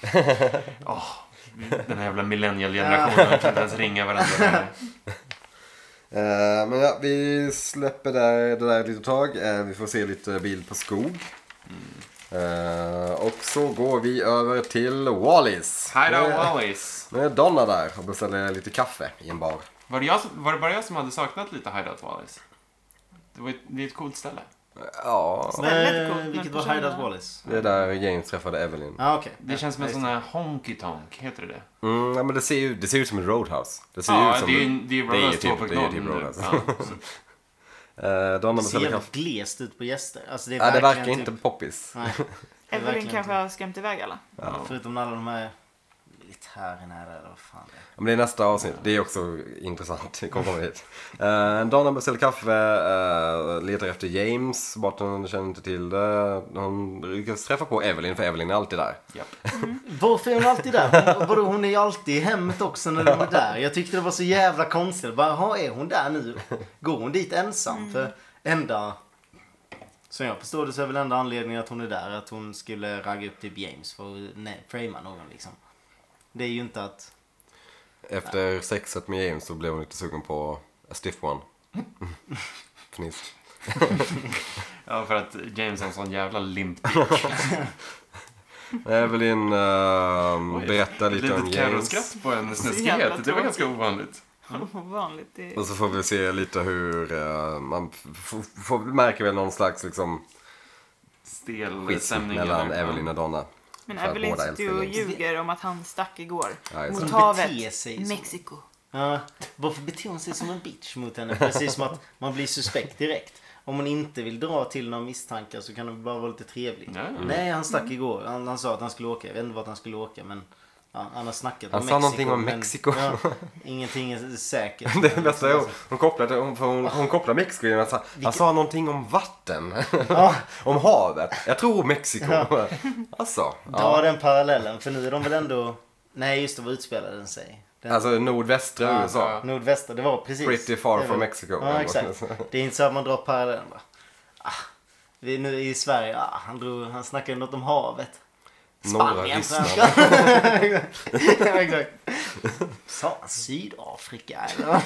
Åh, den här jävla millennial-generationen kan inte ens ringa varandra. Eh, men ja, vi släpper där, det där ett litet tag. Eh, vi får se lite bild på skog. Eh, och så går vi över till Wallis. Hej då, Nu är- Wallis! Nu är Donna där och beställer lite kaffe i en bar. Var det, jag som, var det bara jag som hade saknat lite Hideout Wallis? Det, var ett, det är ett coolt ställe. Ja, Stället är coolt, Men, men vilket var personerna- Hideout Wallis? det är där James träffade Evelyn. Ja, okej. Det känns som en Ja, sån här honky tonk, heter det det? Mm, ja, men det ser ju det ser ut som en Roadhouse. Det ser Ja, ut som det är ju det är det är ju Roadhouse typ- det är ju typ två punkt noll. Roadhouse. Ja. Eh, Donna Det ser beställer jävligt kaffe. glest ut på gäster. Alltså, det är Ja, det verkligen verkar typ- inte poppis. Nej, det är Evelyn verkligen kanske inte. har skrämt iväg alla. Ja. Förutom alla de här militärerna eller vad fan det är. Men det är nästa avsnitt. Det är också intressant. Vi kommer komma dit. Uh, Donna beställer kaffe, uh, letar efter James. Barton känner inte till det. Hon lyckas träffa på Evelyn, för Evelyn är alltid där. Japp. Varför är hon alltid där? Hon, vadå, hon är ju alltid i hemmet också när de är där. Jag tyckte det var så jävla konstigt. Bara, "Jaha, är hon där nu? Går hon dit ensam? För enda... Som jag förstår det så är väl enda anledningen att hon är där att hon skulle ragga upp typ James för att nej, framea någon liksom. Det är ju inte att... Efter sexet med James så blev hon lite sugen på a stiff one. Fniss. Ja, för att James är en sån jävla limp. Evelyn uh, berättar lite om Ett James. karoskratt på en jävla snuskighet. Det var ganska tråkigt. ovanligt. Ovanligt. Det Och så får vi se lite hur uh, man f- f- får, märker väl någon slags liksom Stel schism stämning. mellan eller- Evelyn och Donna. Men För att Evelyn båda sitter ju älskar och James. ljuger om att han stack igår. Ja, just Mot det. Hon havet. beter sig som... Mexiko. Ja, varför beter hon sig som en bitch mot henne? Precis som att man blir suspekt direkt. Om hon inte vill dra till några misstankar så kan hon bara vara lite trevlig. Ja, ja. Nej, han stack igår. Han, han sa att han skulle åka. Jag vet inte vart han skulle åka, men Ja, han har snackat Han om sa Mexiko. någonting om men- Mexiko. Ja, ingenting är säkert. Det är bästa är hon, hon kopplade, hon, hon, hon kopplade Mexiko genom att han, han sa någonting om vatten. Ja. Om havet. Jag tror Mexiko. Alltså. Dra Ja. den parallellen, för nu är de väl ändå... Nej, just det, vad utspelade den sig? Den... Alltså nordvästra Ja, U S A. Nordvästra, det var precis. Pretty far Det är from väl- Mexico. Ja, exakt. Det är inte så att man drar parallellen bara. Ah, vi är nu i Sverige, ah, han, drog, han snackade något om havet. Norra Spanien, Ryssland. ja, exakt. Sa han Sydafrika eller?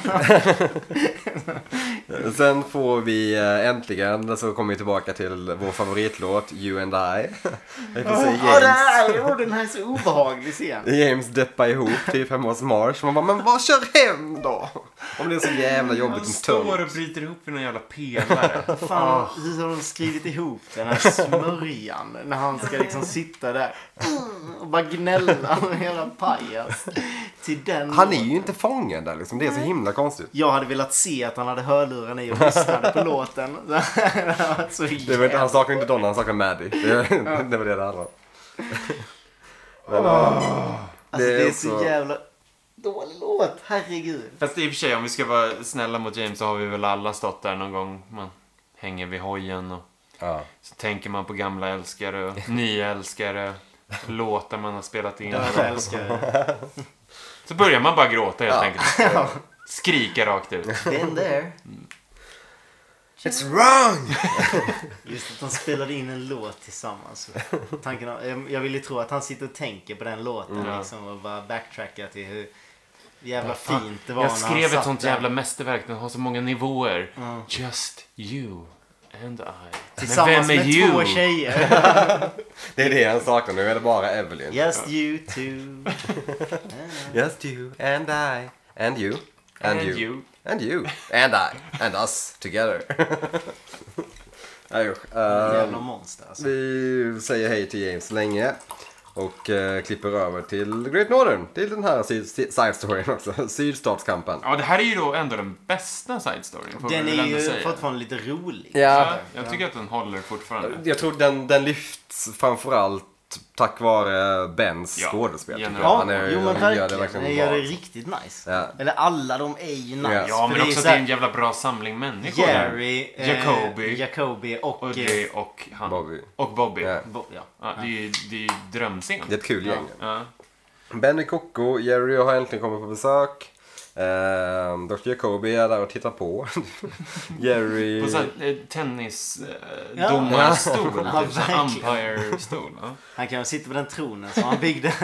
Sen får vi eh, äntligen, så kommer vi tillbaka till vår favoritlåt You and I. Vi får se Ja, det James, här, oh, den här är så obehaglig scen. James deppa ihop typ hemma hos Marsh. Man bara, men vad kör hem då? Om det är så jävla jobbigt Han med står tömt. och bryter ihop i någon jävla pelare. Fan, hur har de skrivit ihop den här smörjan när han ska liksom sitta där och bara gnälla och hela pajas till den. Han är ju inte fången där liksom. Det är så himla konstigt. Jag hade velat se att han hade hörlurarna i och lyssnade på låten. Det var så Det var inte, han saknar inte Donna, han saknar Maddie. Det, det var det det handlade om. Men, Alltså det är också- så jävla dålig låt, herregud. Fast i och för sig, om vi ska vara snälla mot James så har vi väl alla stått där någon gång. Man hänger vid hojen och Ja. så tänker man på gamla älskare och nya älskare. Låtar man har spelat in. Jag älskar det. Så börjar man bara gråta helt Ja. enkelt. Skrika rakt ut. Been there. It's wrong! Just att de spelade in en låt tillsammans. Tanken, jag- jag vill ju tro att han sitter och tänker på den låten Mm. liksom, och bara backtrackar till hur jävla Fan, fint det var Jag när han skrev ett satt sånt där. jävla mästerverk. Den har så många nivåer. Mm. Just you and I. Tillsammans Men vem är med you? två tjejer. Det är det han saknar, nu är det bara Evelyn. Just you two. Just you and I and you and, And you. you. and you and I and us together. Nej, usch. Jävla Ehm, monster alltså. vi säger hej till James länge och eh, klipper över till Great Northern, till den här syd- side storyn också, sydstatskampen. Ja, det här är ju då ändå den bästa side storyn. Får Den vi väl är ändå ju säga. fortfarande lite rolig. Ja. Ja, jag tycker att den håller fortfarande. Jag tror den, den lyfts framförallt tack vare Bens Ja, skådespel. tycker jag. generellt. Han är, jo men han verkligen. gör det verkligen Den gör bra. det riktigt nice. Ja. Eller alla de är ju nice. Ja. Ja, För men också så att det är här- en jävla bra samling människor. Jerry, eh, Jacoby. Jacoby och... Och eh, Jay och han. Bobby. Och Bobby. Ja. Ja. Bo, ja. det är ju det är ju drömscen. Det är ett kul gäng. Ja. Ben är koko, Jerry har äntligen kommit på besök. Ehm, doktor Jacoby är där och tittar på. Jerry... På sån här eh, tennis eh, Ja. domarstol. Ja, typ sån här verkligen. umpire-stol. Ja. Han kan väl sitta på den tronen som han byggde.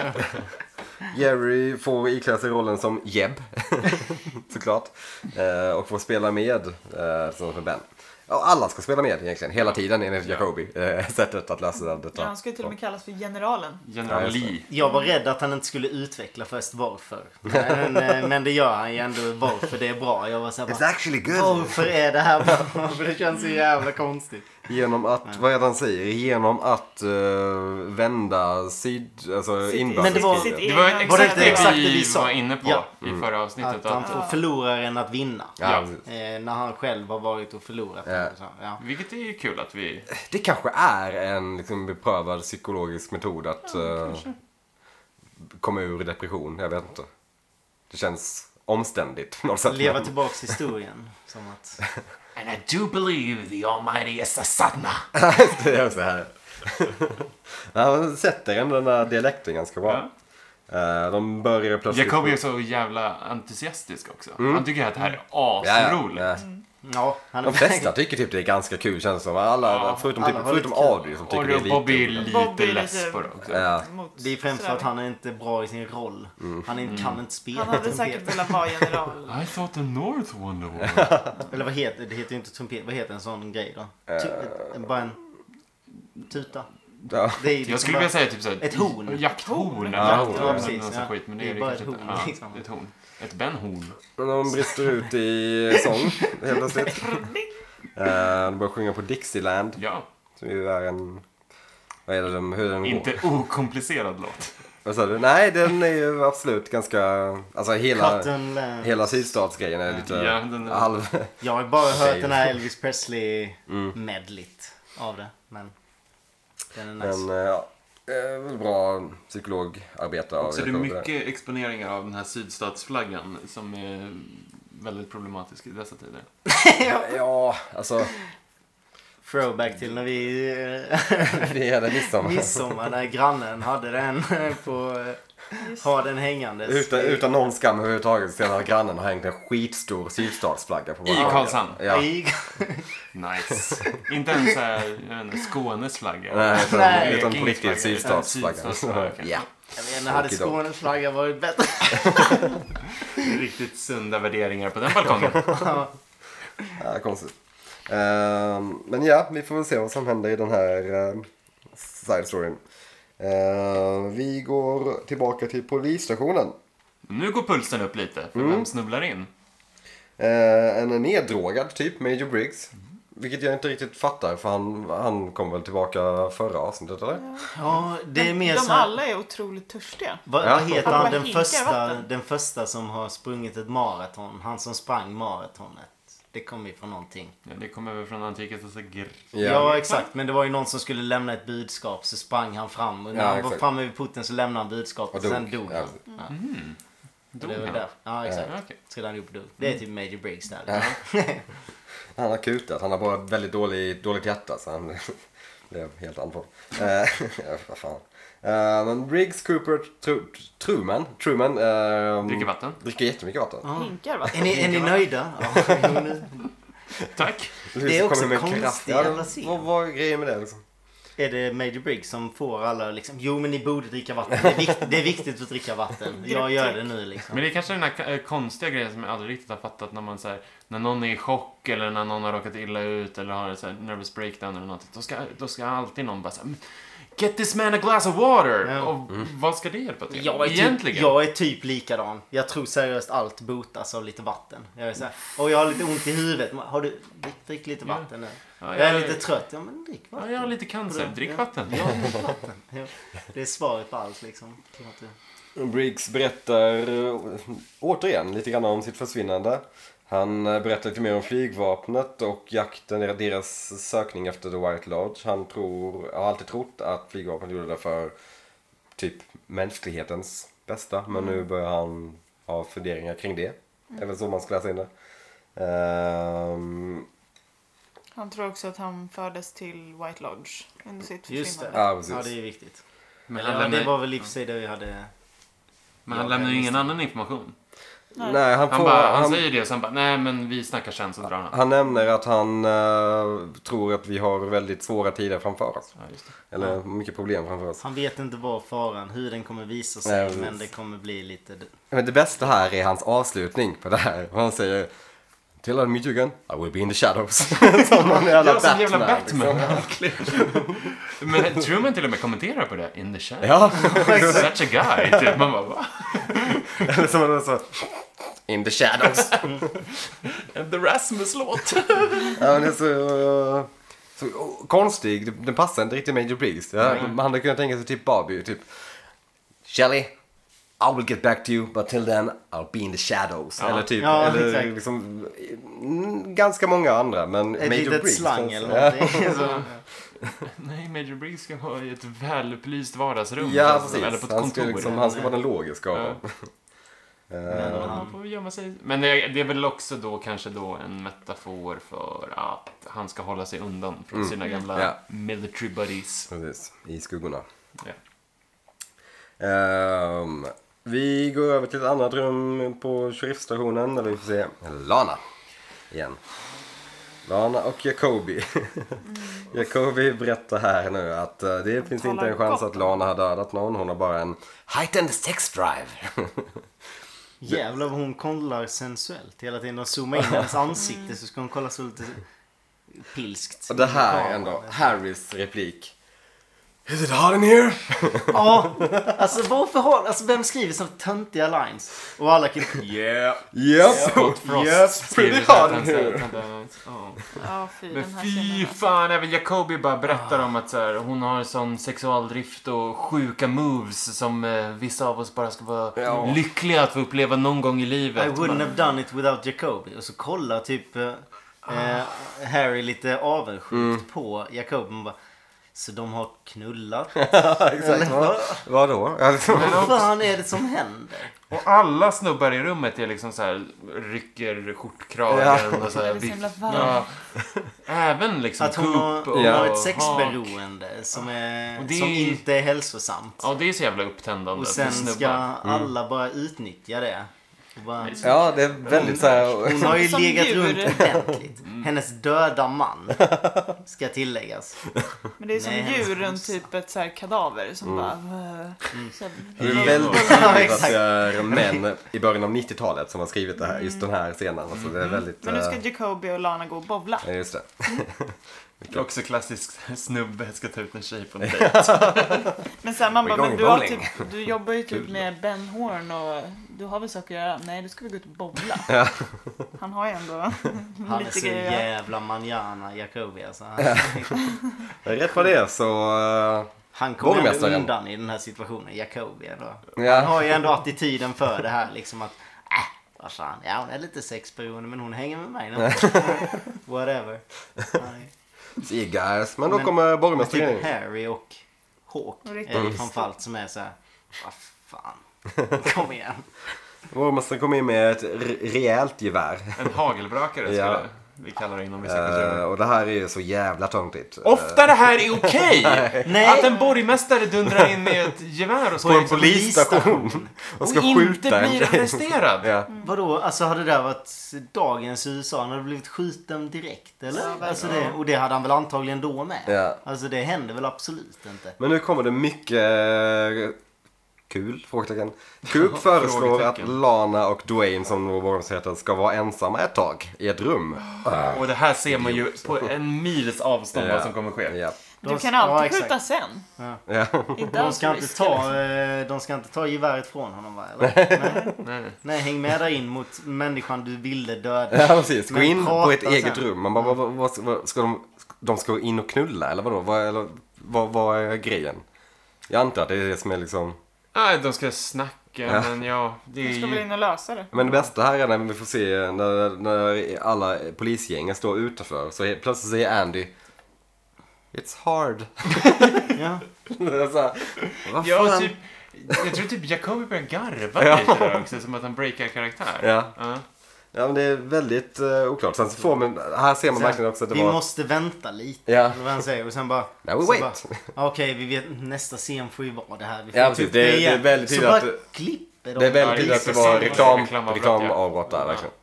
Jerry får iklä sig rollen som Jeb. Såklart. Ehm, och får spela med eh, tillsammans med Ben. Ja, alla ska spela med egentligen, hela tiden enligt Jacoby. Eh, sättet att lösa detta. Ja, han ska ju till och med kallas för generalen. General Ja, just det. Lee. Jag var rädd att han inte skulle utveckla först varför. Men, eh, men det gör han ju ändå varför det är bra. Jag var så här It's bara, actually good. varför är det här bra? För det känns så jävla konstigt. Genom att, vad är det han säger? Genom att uh, vända syd, alltså Sitt- inbördeskriget. Men det var- sitt Det var egna- Var det exakt inte det exakt det vi vi sa? var inne på Ja. i förra avsnittet. Att han Att, får förloraren att vinna. Ja, Ja. precis. Eh, när han själv har varit och förlorat. Ja. Så, ja. vilket är ju kul att vi... Det kanske är en liksom, beprövad psykologisk metod att uh, komma ur depression. Jag vet inte. Det känns omständigt på något sätt. Leva tillbaks historien. Som att... And I do believe the almighty is a Satna. Det är så här. Han sätter ändå den här dialekten ganska bra. Ja. Uh, de börjar plötsligt... Jacobi är så jävla entusiastisk också. Han tycker att det här är Ja, ja, asroligt. ja. Ja, han De flesta tycker typ det är ganska kul, känns det som. Alla, Ja, förutom, alla typ, har förutom lite kul. Audrey som tycker Och det är då lite... Bobby är lite Bobby är less lite- på det också. Ja. Mot- Det är främst för sådär. att han är inte bra i sin roll. Han är, kan inte spela Han hade trumpet. säkert velat vara general. I thought the North won the war. Eller vad heter det? Heter ju inte trumpet. Vad heter en sån grej då? Tu- ett- bara en tuta. Ja. Det är ju Jag liksom skulle bara- vilja säga typ såhär... Ett horn. Jakthorn. Ja, eller horn. någon Ja, precis, sån ja. skit. Men det, Det är är det bara kanske ett inte. horn, Ja, liksom. det är ett horn. Ett benhorn. Men de brister ut i sång helt plötsligt. Uh, de börjar sjunga på Dixieland. Ja, Som ju är en... Vad är det de, hur den går? inte okomplicerad låt. Vad sa du? Nej, den är ju absolut ganska... Alltså hela, Cotton Land. hela sydstatsgrejen är lite Ja, den är- halv... Jag har bara hört Okej. den här Elvis Presley Mm. medlit av det. Men den är nice. Men eh, ja. Eh, bra psykologarbete av Så det är Jacob. mycket exponeringar av den här sydstatsflaggan som är väldigt problematisk i dessa tider. Ja, alltså Throwback till när vi... det är det midsommar. midsommar när grannen hade den på... Har den hängandes. Utan, utan någon skam överhuvudtaget. Sen har grannen har hängt en skitstor sydstatsflagga på I varandra. Karlshamn. Ja. I... Nice. Inte ens såhär, jag vet inte, Skånes flagga. Nej, utan, Nej. utan på Kings riktigt flagga, utan sydstatsflagga. sydstatsflagga, okej. Ja. Jag vet inte, hade Okidok. Skånes flagga varit bättre? Riktigt sunda värderingar på den balkongen. Ja, konstigt. Ehm, men ja, vi får väl se vad som händer i den här uh, side storyn. Ehm, vi går tillbaka till polisstationen. Nu går pulsen upp lite, för Mm. vem snubblar in? Uh, en neddrogad typ, Major Briggs. Vilket jag inte riktigt fattar, för han, han kom väl tillbaka förra avsnittet, eller? Ja, det är mer De så här... alla är otroligt törstiga. Vad, Ja. vad heter Att han? bara Den hinkar första, vatten. den första som har sprungit ett maraton. Han som sprang maratonet. Det kom ju från någonting. Ja, det kommer väl från antiket och så grr. Ja. exakt. Men det var ju någon som skulle lämna ett budskap. Så sprang han fram. Och när Ja, han var exakt. framme vid porten så lämnade han budskapet. Och Och sen dog. dog Ja. han. Ja. Mm. Och Dog det var han? där. Ja, exakt. Ja, okej. Trillade han ihop och dog. Det är typ Major Briggs där. Ja. Han har kutat, han har bara väldigt dålig, dåligt hjärta så han blev helt andfådd. Eh, ja, vad fan. Eh, men Briggs, Cooper, Tru, Truman, Truman eh, Dricker vatten. dricker jättemycket vatten. Ja. Hinkar vatten. Är ni, är ni nöjda? Ja, jo, nu. Tack. Det är också Kommer med konstig kraft. jävla Ja, scen. vad var grejen med det liksom? Är det Major Briggs som får alla liksom, jo men ni borde dricka vatten. Det är, vikt, det är viktigt att dricka vatten. Jag gör det nu liksom. Men det är kanske den här eh, konstiga grejen som jag aldrig riktigt har fattat när man så här, när någon är i chock eller när någon har råkat illa ut eller har en så här nervous breakdown eller något. Då ska, då ska alltid någon bara så här, get this man a glass of water. Ja. Och vad ska det hjälpa till? Jag är, typ, Egentligen. jag är typ likadan. Jag tror seriöst allt botas av lite vatten. Jag är så här, och jag har lite ont i huvudet. Har du, drick, drick lite Ja. vatten nu. Ja, Jag är lite trött. Ja men drick Ja, vatten. jag har lite cancer. Drick Ja. vatten. Ja, drick vatten. Ja. Det är svaret på allt liksom. Briggs berättar uh, återigen lite grann om sitt försvinnande. Han uh, berättar lite mer om flygvapnet och jakten, deras sökning efter The White Lodge. Han tror, har alltid trott att flygvapnet gjorde det för typ mänsklighetens bästa. Men nu börjar han ha funderingar kring det. Det är väl så man ska läsa in det. Ehm, Han tror också att han fördes till White Lodge under sitt Just det. försvinnande. ja, precis. Ja det är viktigt. Men Eller, han ja, det lämnar, var väl i och för sig det vi hade. men han Ja, lämnar ju jag ingen visste. annan information. Nej. Nej, han, Han, får, bara, han, han, säger det och sen bara, nej men vi snackar sen så drar han. han nämner att han uh, tror att vi har väldigt svåra tider framför oss. Ja, just det. Eller Ja. mycket problem framför oss. Han vet inte vad faran, hur den kommer visa sig. Nej, precis. men det kommer bli lite... Men det bästa här är hans avslutning på det här. Han säger Till I meet you again, I will be in the shadows. Som någon jävla Ja, som jävla Batman. Batman. liksom. Men Truman till och med kommenterar på det. In the shadow. Ja, Such a guy. Typ. Man bara, va? eller som han så in the shadows. En The Rasmus-låt. Ja, men det är så, så konstig. Den passar inte riktigt Major Briggs. Ja, Mm. Man hade kunnat tänka sig typ Bobby. Typ Shelly, I will get back to you, but till then I'll be in the shadows. Ja. Eller typ, Ja, eller exakt. liksom mm, ganska många andra. Men Ett Major litet Briggs. slang alltså. eller någonting. Så, Nej, Major Briggs ska vara i ett välupplyst vardagsrum. Ja, Alltså, precis. eller på ett han, ska kontor. liksom, han ska vara den logiska av Ja. dem. Men Eh, Han får gömma sig. Men det är, det är väl också då kanske då en metafor för att han ska hålla sig undan från Mm. sina gamla Ja. military buddies. Precis, i skuggorna. Ja. Ehm, vi går över till ett annat rum på sheriffstationen. Eller vi får se Lana igen. Lana och Jacobi. Jacobi berättar här nu att eh, det finns inte en chans att Lana har dödat någon. Hon har bara en heightened sex drive. jävlar vad hon kollar sensuellt. Hela tiden och zoomar in hennes ansikte så ska hon kolla så lite pilskt. Och det här är ändå Harrys replik. Is it hot in here? Ja, alltså varför har... Alltså vem skriver så töntiga lines? Och alla kan... Yeah. Yep. Scott Frost Yes, skriver pretty så att hot han in säger here. att han- ja. Ja, fy, Men den här fy scenen. fan, även Jacobi bara berättar om att så här, hon har sån sexualdrift och sjuka moves som eh, vissa av oss bara ska vara Ja. lyckliga att få uppleva någon gång i I livet. wouldn't Bara, have done it without Jacobi. Och så kollar typ eh, eh, Harry lite avundsjukt Mm. på Jacobi. Och bara, Så de har knullat. Exakt. Vad, vadå? Alltså, Vad fan är det som händer? Och alla snubbar i rummet är liksom så här, rycker skjortkragen Ja. och så Det här, är så himla viff- varmt. ja. Även liksom Att hon har, Coop hon och har ett Hawk. sexberoende som, är, Och det är- som inte är hälsosamt. Ja, det är så jävla upptändande Och för sen snubbar. ska alla bara utnyttja det. Och bara, ja, det är väldigt så här... hon har ju Som legat djur. runt ordentligt. Hennes döda man ska tilläggas. Men det är som Nej, hennes djur runt kossa. typ ett så här kadaver som bara... Så, Det är väldigt Ja, tydligt att exakt. det är män i början av nittiotalet som har skrivit det här, just den här scenen. Alltså, det är väldigt... men nu ska eh, Jacobi och Lana gå och bowla. ja, just det. Det är också klassisk snubbe ska ta ut en tjej på en dejt. Men sen man We're bara, going men du, har bowling. typ, du jobbar ju typ Kul. med Ben Horn och du har väl saker att göra? Nej, då ska vi gå ut och bowla. Ja. Han har ju ändå Han är lite så grejer. jävla manjana, Jacobi. Alltså. Rätt vad det är så... eh, Han kommer ändå Borgmästaren. undan i den här situationen, Jacobi. Ändå. Ja. Han har ju ändå attityden för det här. Liksom att, äh, vad fan, ja hon är lite sexberoende men hon hänger med mig nu. Whatever. Nej. See guys. Men då Men- kommer Men borgmästaren typ in. Harry och Hawk Och är riktigt. det framförallt som är så här, vad fan, kom igen. Borgmästaren kommer in med ett re- rejält gevär. En hagelbrakare skulle Ja. vi kalla det inom vissa Eh, kulturer. och det här är ju så jävla töntigt. Ofta det här är okej! Nej. Att en borgmästare dundrar in med ett gevär och På ska en liksom- polisstation. Och och ska inte skjuta en blir tjej. arresterad. Ja. Vadå, alltså hade det där varit dagens U S A, han hade blivit skjuten direkt eller? Ja, alltså det, och det hade han väl antagligen då med. Ja. Alltså det händer väl absolut inte. Men nu kommer det mycket eh, kul, frågetecken. Coop föreslår att Frågetecken. Lana och Dwayne, som vår borgmästare heter, ska vara ensamma ett tag i ett rum. Och det här ser man ju på en mils avstånd Ja. vad som kommer ske. Ja. Du De- kan ja, alltid exakt. skjuta sen. Ja. Inte De alls ska, inte risk, ta, eller? eh, de ska inte ta geväret från honom va? Eller? Nej. Nej. Nej, häng med där in mot människan du ville döda. Ja, precis. Gå Men in prata på ett sen. eget rum. Man bara, vad, vad, vad, vad, ska de, de ska in och knulla eller vadå? Vad, eller, vad, vad är grejen? Jag antar att det är det som är liksom... Nej, de ska snacka, Ja. men ja, det är Du ska väl ju... in och lösa det. Men det bästa här är när vi får se när, när alla polisgängen står utanför. Så helt plötsligt säger Andy It's hard. Ja. Det är så här, vad Ja, fan? typ, jag tror typ Jacobi börjar garva Ja. lite där också, som att han breakar karaktär. Ja. Ja. Ja, men det är väldigt uh, oklart. Sen så får man, här ser man Så här, verkligen också att det vi var... måste vänta lite. Ja. Eller vad han säger. Och sen bara... Now we så wait. bara, Okej, vi vet nästa scen får ju vara det här. Vi får Ja, ta precis. upp Det är- igen. det är väldigt så tydligt bara att det- klipper de. Det är väldigt Ja, tydligt att det precis. var reklam, Reklamavbrott, reklamavbrott där ja. verkligen.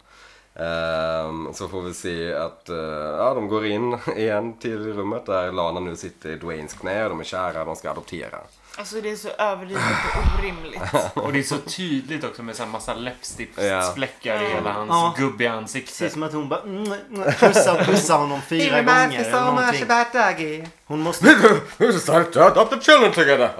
Ehm, så får vi se att eh, ja, de går in igen till rummet där Lana nu sitter i Dwaynes knä. De är kära, de ska adoptera. Alltså det är så överdrivet och orimligt. Och det är så tydligt också med så här massa Ja. läppstiftsfläckar i hela hans Ja. gubbiga Precis ansikte. som att hon bara mm, mm, pussar, pussar honom fyra gånger eller någonting. Hon måste, We start to adopt the children together.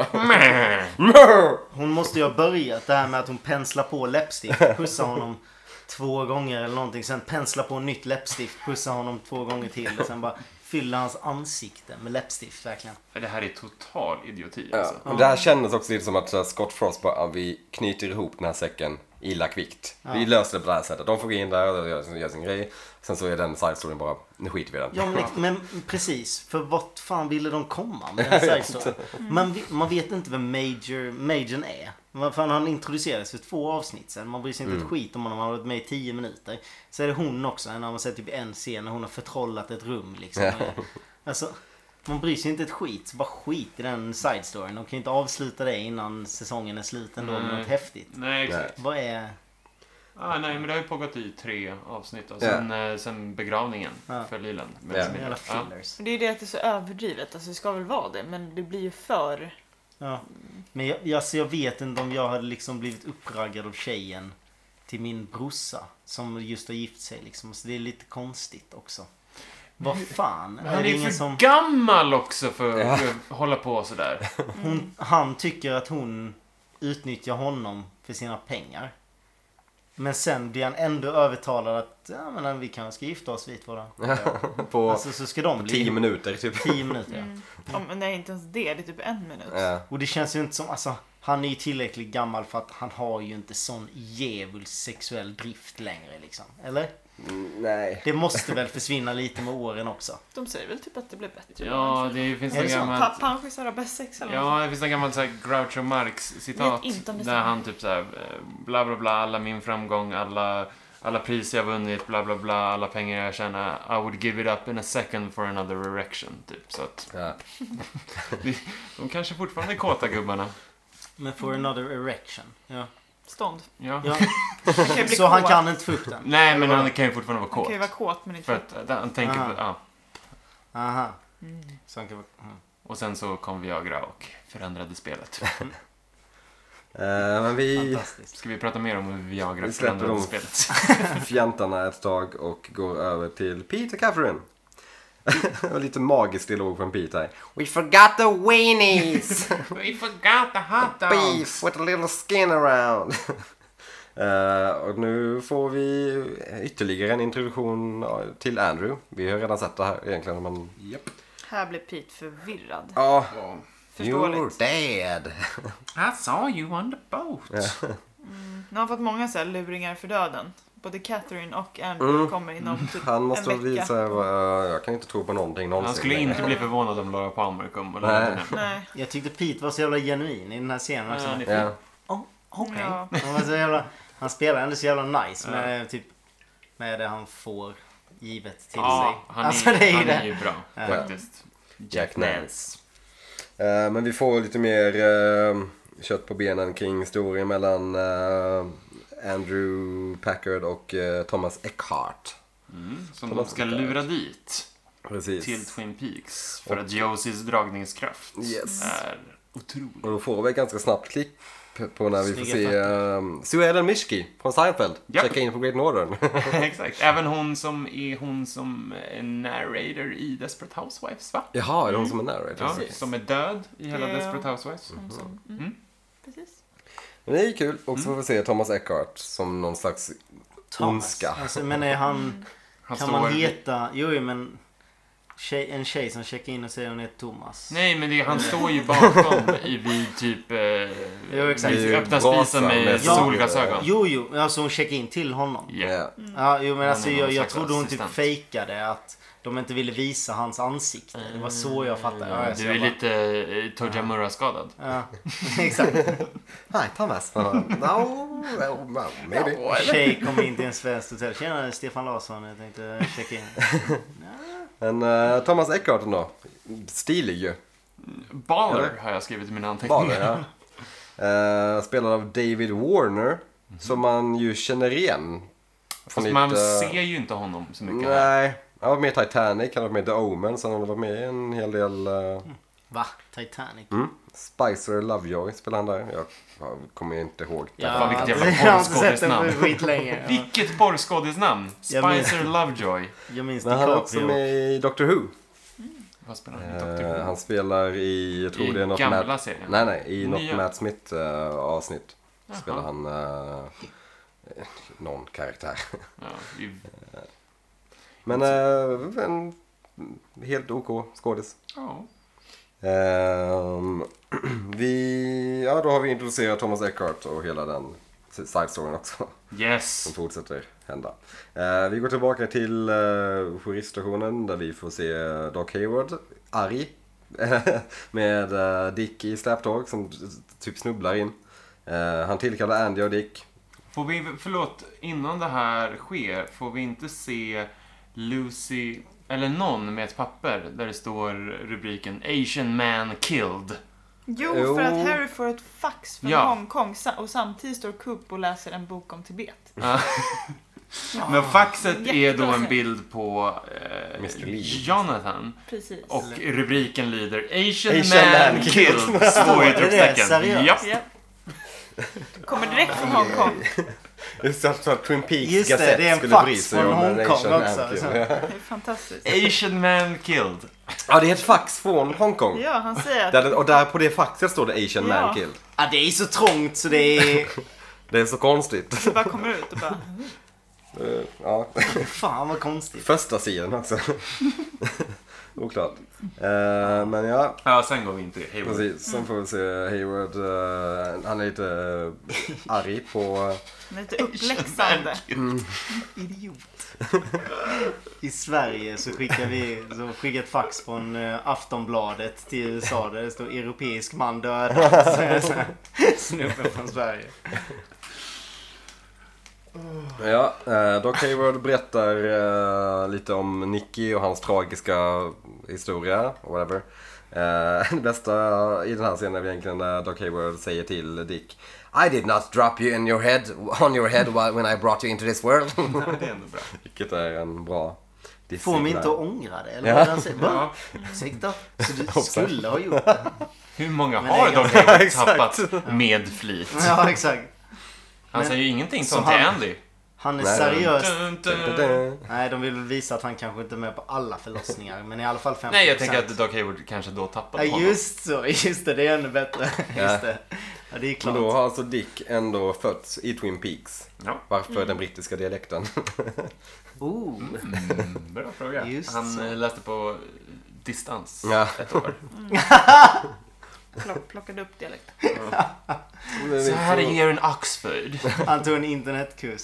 hon måste ju ha börjat det här med att hon penslar på läppstift, pussar honom två gånger eller någonting. Sen penslar på nytt läppstift, pussar honom två gånger till. Och sen bara fyller hans ansikte med läppstift verkligen. Det här är total idioti Ja. alltså. Men det här kändes också lite som att uh, Scott Frost bara, ah, vi knyter ihop den här säcken illa kvickt. Vi löser det på det här sättet. De får gå in där och göra, göra sin grej. Sen så är den side-storyn bara, nu skiter vi i den. Ja men, men precis, för vart fan ville de komma med den här side man, vi- man vet inte vem Major, Majorn är. Vad fan, han introducerades för två avsnitt sen. Man bryr sig inte ett skit om honom, han har varit med i tio minuter. Så är det hon också, när man ser typ en scen när hon har förtrollat ett rum liksom. Alltså, man bryr sig inte ett skit, så bara skit i den side storyn. De kan ju inte avsluta det innan säsongen är slut ändå med Nej. något häftigt. Nej, exakt. Vad är... Ah, nej, men det har ju pågått i tre avsnitt. Och sen, eh, sen begravningen Ja. för Leland. Ja. Med Jävla ja. fillers. Det är ju det att det är så överdrivet. Alltså det ska väl vara det. Men det blir ju för... Ja. Men jag, jag, alltså jag vet inte om jag hade liksom blivit uppraggad av tjejen till min brorsa som just har gift sig liksom. Så det är lite konstigt också. Vad fan? Men är han det är ingen för som... gammal också för Ja. att hålla på sådär. Hon, han tycker att hon utnyttjar honom för sina pengar. Men sen blir han ändå övertalad att ja, men vi kan ska gifta oss vi två då. Ja. På Alltså så ska de bli tio minuter typ. tio minuter. Ja. Mm. Ja, men det är inte ens det. Det är typ en minut. Ja. Och det känns ju inte som, alltså han är ju tillräckligt gammal för att han har ju inte sån djävul sexuell drift längre liksom. Eller? Mm, nej. Det måste väl försvinna lite med åren också. De säger väl typ att det blir bättre. Ja, det finns Är en det så? gammal... Pappan har ju bäst sex eller Ja, det finns en gammal så här Groucho Marx citat Vet inte om det där stämmer. han typ så här bla bla bla, alla min framgång, alla alla priser jag vunnit, bla bla bla, alla pengar jag tjänar, I would give it up in a second for another erection typ, så att Ja. de, de kanske fortfarande är kåta gubbarna. Men for another erection. Ja. Stånd. Ja. Ja. Han kan ju bli Så han kåt. kan inte få upp den. Nej, men han kan ju fortfarande vara Han kåt. kan ju vara kåt men inte För att äh, han tänker Aha. på, ja. Aha. Mm. Så han kan vara... mm. Och sen så kom Viagra och förändrade spelet. Eh, men vi Fantastiskt. Ska vi prata mer om hur Viagra Vi släpper förändrade dem. spelet? fjantarna ett tag och går över till Pete och Catherine. Det var lite magiskt dialog från Pete här. We forgot the weenies! We forgot the hot dogs! Beef with a little skin around. Eh, och nu får vi ytterligare en introduktion till Andrew. Vi har redan sett det här egentligen. Men... Yep. Här blir Pete förvirrad. Ja, Förståeligt. you're dead. I saw you on the boat. Mm. Nu har han fått många så här luringar för döden. Både Catherine och Andrew Mm. kommer inom typ Han måste en vecka. visa, uh, jag kan inte tro på någonting någonsin. Han skulle inte bli förvånad om Laura Palmer kom och Nej. lärde henne. Nej. Jag tyckte Pete var så jävla genuin i den här scenen. Ja, Också. han är Ja. Oh, okej. Ja. Han, var så jävla, han spelar ändå så jävla nice Ja. med, typ, med det han får givet till Ja, sig. han, Alltså, är, det är ju han det. är ju bra Ja. faktiskt. Jack Nance. Eh, men vi får lite mer uh, kött på benen kring historien mellan uh, Andrew Packard och uh, Thomas Eckhart. Mm, som På de något ska sätt där. lura dit Precis. till Twin Peaks. För Och- att Josies dragningskraft Yes. är otrolig. Och då får vi ett ganska snabbt klipp på när vi får Snygga se um, Sue Ellen Mischke från Seinfeld Ja. checka in på Great Northern. Exakt. Även hon som är hon som är narrator i Desperate Housewives, va? Jaha, är det hon som är narrator? Ja, Precis. som är död i hela Ja. Desperate Housewives. Hon som, mm. Mm. Precis. Men det är kul. Och så får vi se Thomas Eckhart som någon slags ondska. Alltså, men är han... Han Kan står... man heta... Jo, jo, men... Tjej, en tjej som checkar in och säger hon heter Thomas. Nej, men det, han står ju bakom i vid typ... Eh, Jo, exakt. vid öppna Brasan spisen med med Ja. solglasögon. Jo, jo. Alltså hon checkar in till honom. Ja. Ja. Ja, jo, men Han alltså är någon jag, jag slags trodde hon typ assistent. fejkade att de inte ville visa hans ansikte. Det var så jag fattade. Ja, så Du jag är bara- lite eh, Tojamura-skadad. Ja, exakt. Hi Thomas. no, well, well, maybe. Tjej kom in till en svensk hotell. Tjena, Stefan Larsson. Jag tänkte checka in. Men uh, Thomas Eckhart då? Stilig ju. Baller Eller? har jag skrivit i mina Var anteckningar. det, ja. Uh, spelad av David Warner. Som man ju känner igen. Från Fast man lite- ser ju inte honom så mycket här. Nej, han var med i Titanic, han var med i The Omen, så han var med i en hel del... Uh, Va? Titanic? mm. Spicer Lovejoy spelade han där. Jag, jag kommer inte ihåg. Ja, Fan, vilket jävla jag har inte sett den porrskådisnamn. på skit länge. Vilket porrskådisnamn! Jag minns- Spicer Lovejoy. Jag minns Men han är också DiCaprio. med i Doctor Who. Vad spelar han i Uh, Doctor Who? han spelar i, jag tror I det är något gamla Matt, serien? Nej, nej, i något Nya? Matt Smith uh, avsnitt. Jaha. Spelar han uh, någon karaktär. Ja, i- Men uh, en helt OK skådis. ja. Ehm, vi, ja, då har vi introducerat Thomas Eckhart och hela den side storyn också. Yes! Som fortsätter hända. Eh, vi går tillbaka till uh, juriststationen där vi får se Doc Hayward arg. med uh, Dick i släptåg som typ snubblar in. Eh, han tillkallar Andy och Dick. Får vi, förlåt, innan det här sker, får vi inte se Lucy, eller någon med ett papper där det står rubriken Asian man killed? Jo, Jo. för att Harry får ett fax från Ja. Hongkong sa- och samtidigt står Coop och läser en bok om Tibet. Ja. Men faxet är då Jättebra en scen. bild på eh, mister Lee. Jonathan. Precis. Och rubriken lyder Asian, Asian man, man killed. killed. Är det Svårutropstecken. seriöst? Japp. Ja. Kommer direkt från Hongkong. Det är så att, så att Twin Peaks Just det, Gazette det är en skulle fax bry sig från om en Hongkong Asian också, man kill. så. Det är fantastiskt. Asian man killed. Ja, det är ett fax från Hongkong. Ja, han säger att... Där, och där på det faxet står det Asian Ja. man killed. Ja, det är så trångt så det är... Det är så konstigt. Det bara kommer ut och bara... Uh, ja. Fan vad konstigt. Första sidan också. Oklart. Uh, men ja. Ja, sen går vi in till Hayward. Precis, sen får vi se Hayward. Uh, han är lite uh, arg på... Han är lite uppläxande. Mm. Idiot. I Sverige så skickar vi så skickar ett fax från uh, Aftonbladet till U S A där det står europeisk man dödad. Så är det så här, snubben från Sverige. Ja, uh, Doc Hayward berättar uh, lite om Nicky och hans tragiska historia. Whatever. Uh, det bästa i den här scenen är egentligen när Doc Hayward säger till Dick: I did not drop you in your head, on your head when I brought you into this world. Nej, det är ändå bra. Vilket är en bra Får mig inte att ångra det? Eller ja. vad han säger? Va? Ja. Ursäkta? Så du skulle ha gjort det? Hur många Men har det är Doc ganska- Hayward tappat med flit? Ja, exakt. Han Men- säger ju ingenting så sånt till han- Andy. Han är Nej. seriös. Dun, dun. Da-da-da. Nej, de vill väl visa att han kanske inte är med på alla förlossningar. Men i alla fall femtio procent. Nej, jag tänker att Doc Hayward kanske då tappade Ja, honom. just så. Just det, det är ännu bättre. Ja. Just det. Ja, det är klart. Men då har alltså Dick ändå fötts i Twin Peaks. Ja. Varför den brittiska dialekten? Oh. Mm, bra fråga. Just Han så. eh, läste på distans Ja. ett år. Plock, plockade upp dialekt. Så här är er en Oxford. Han tog en internetkurs.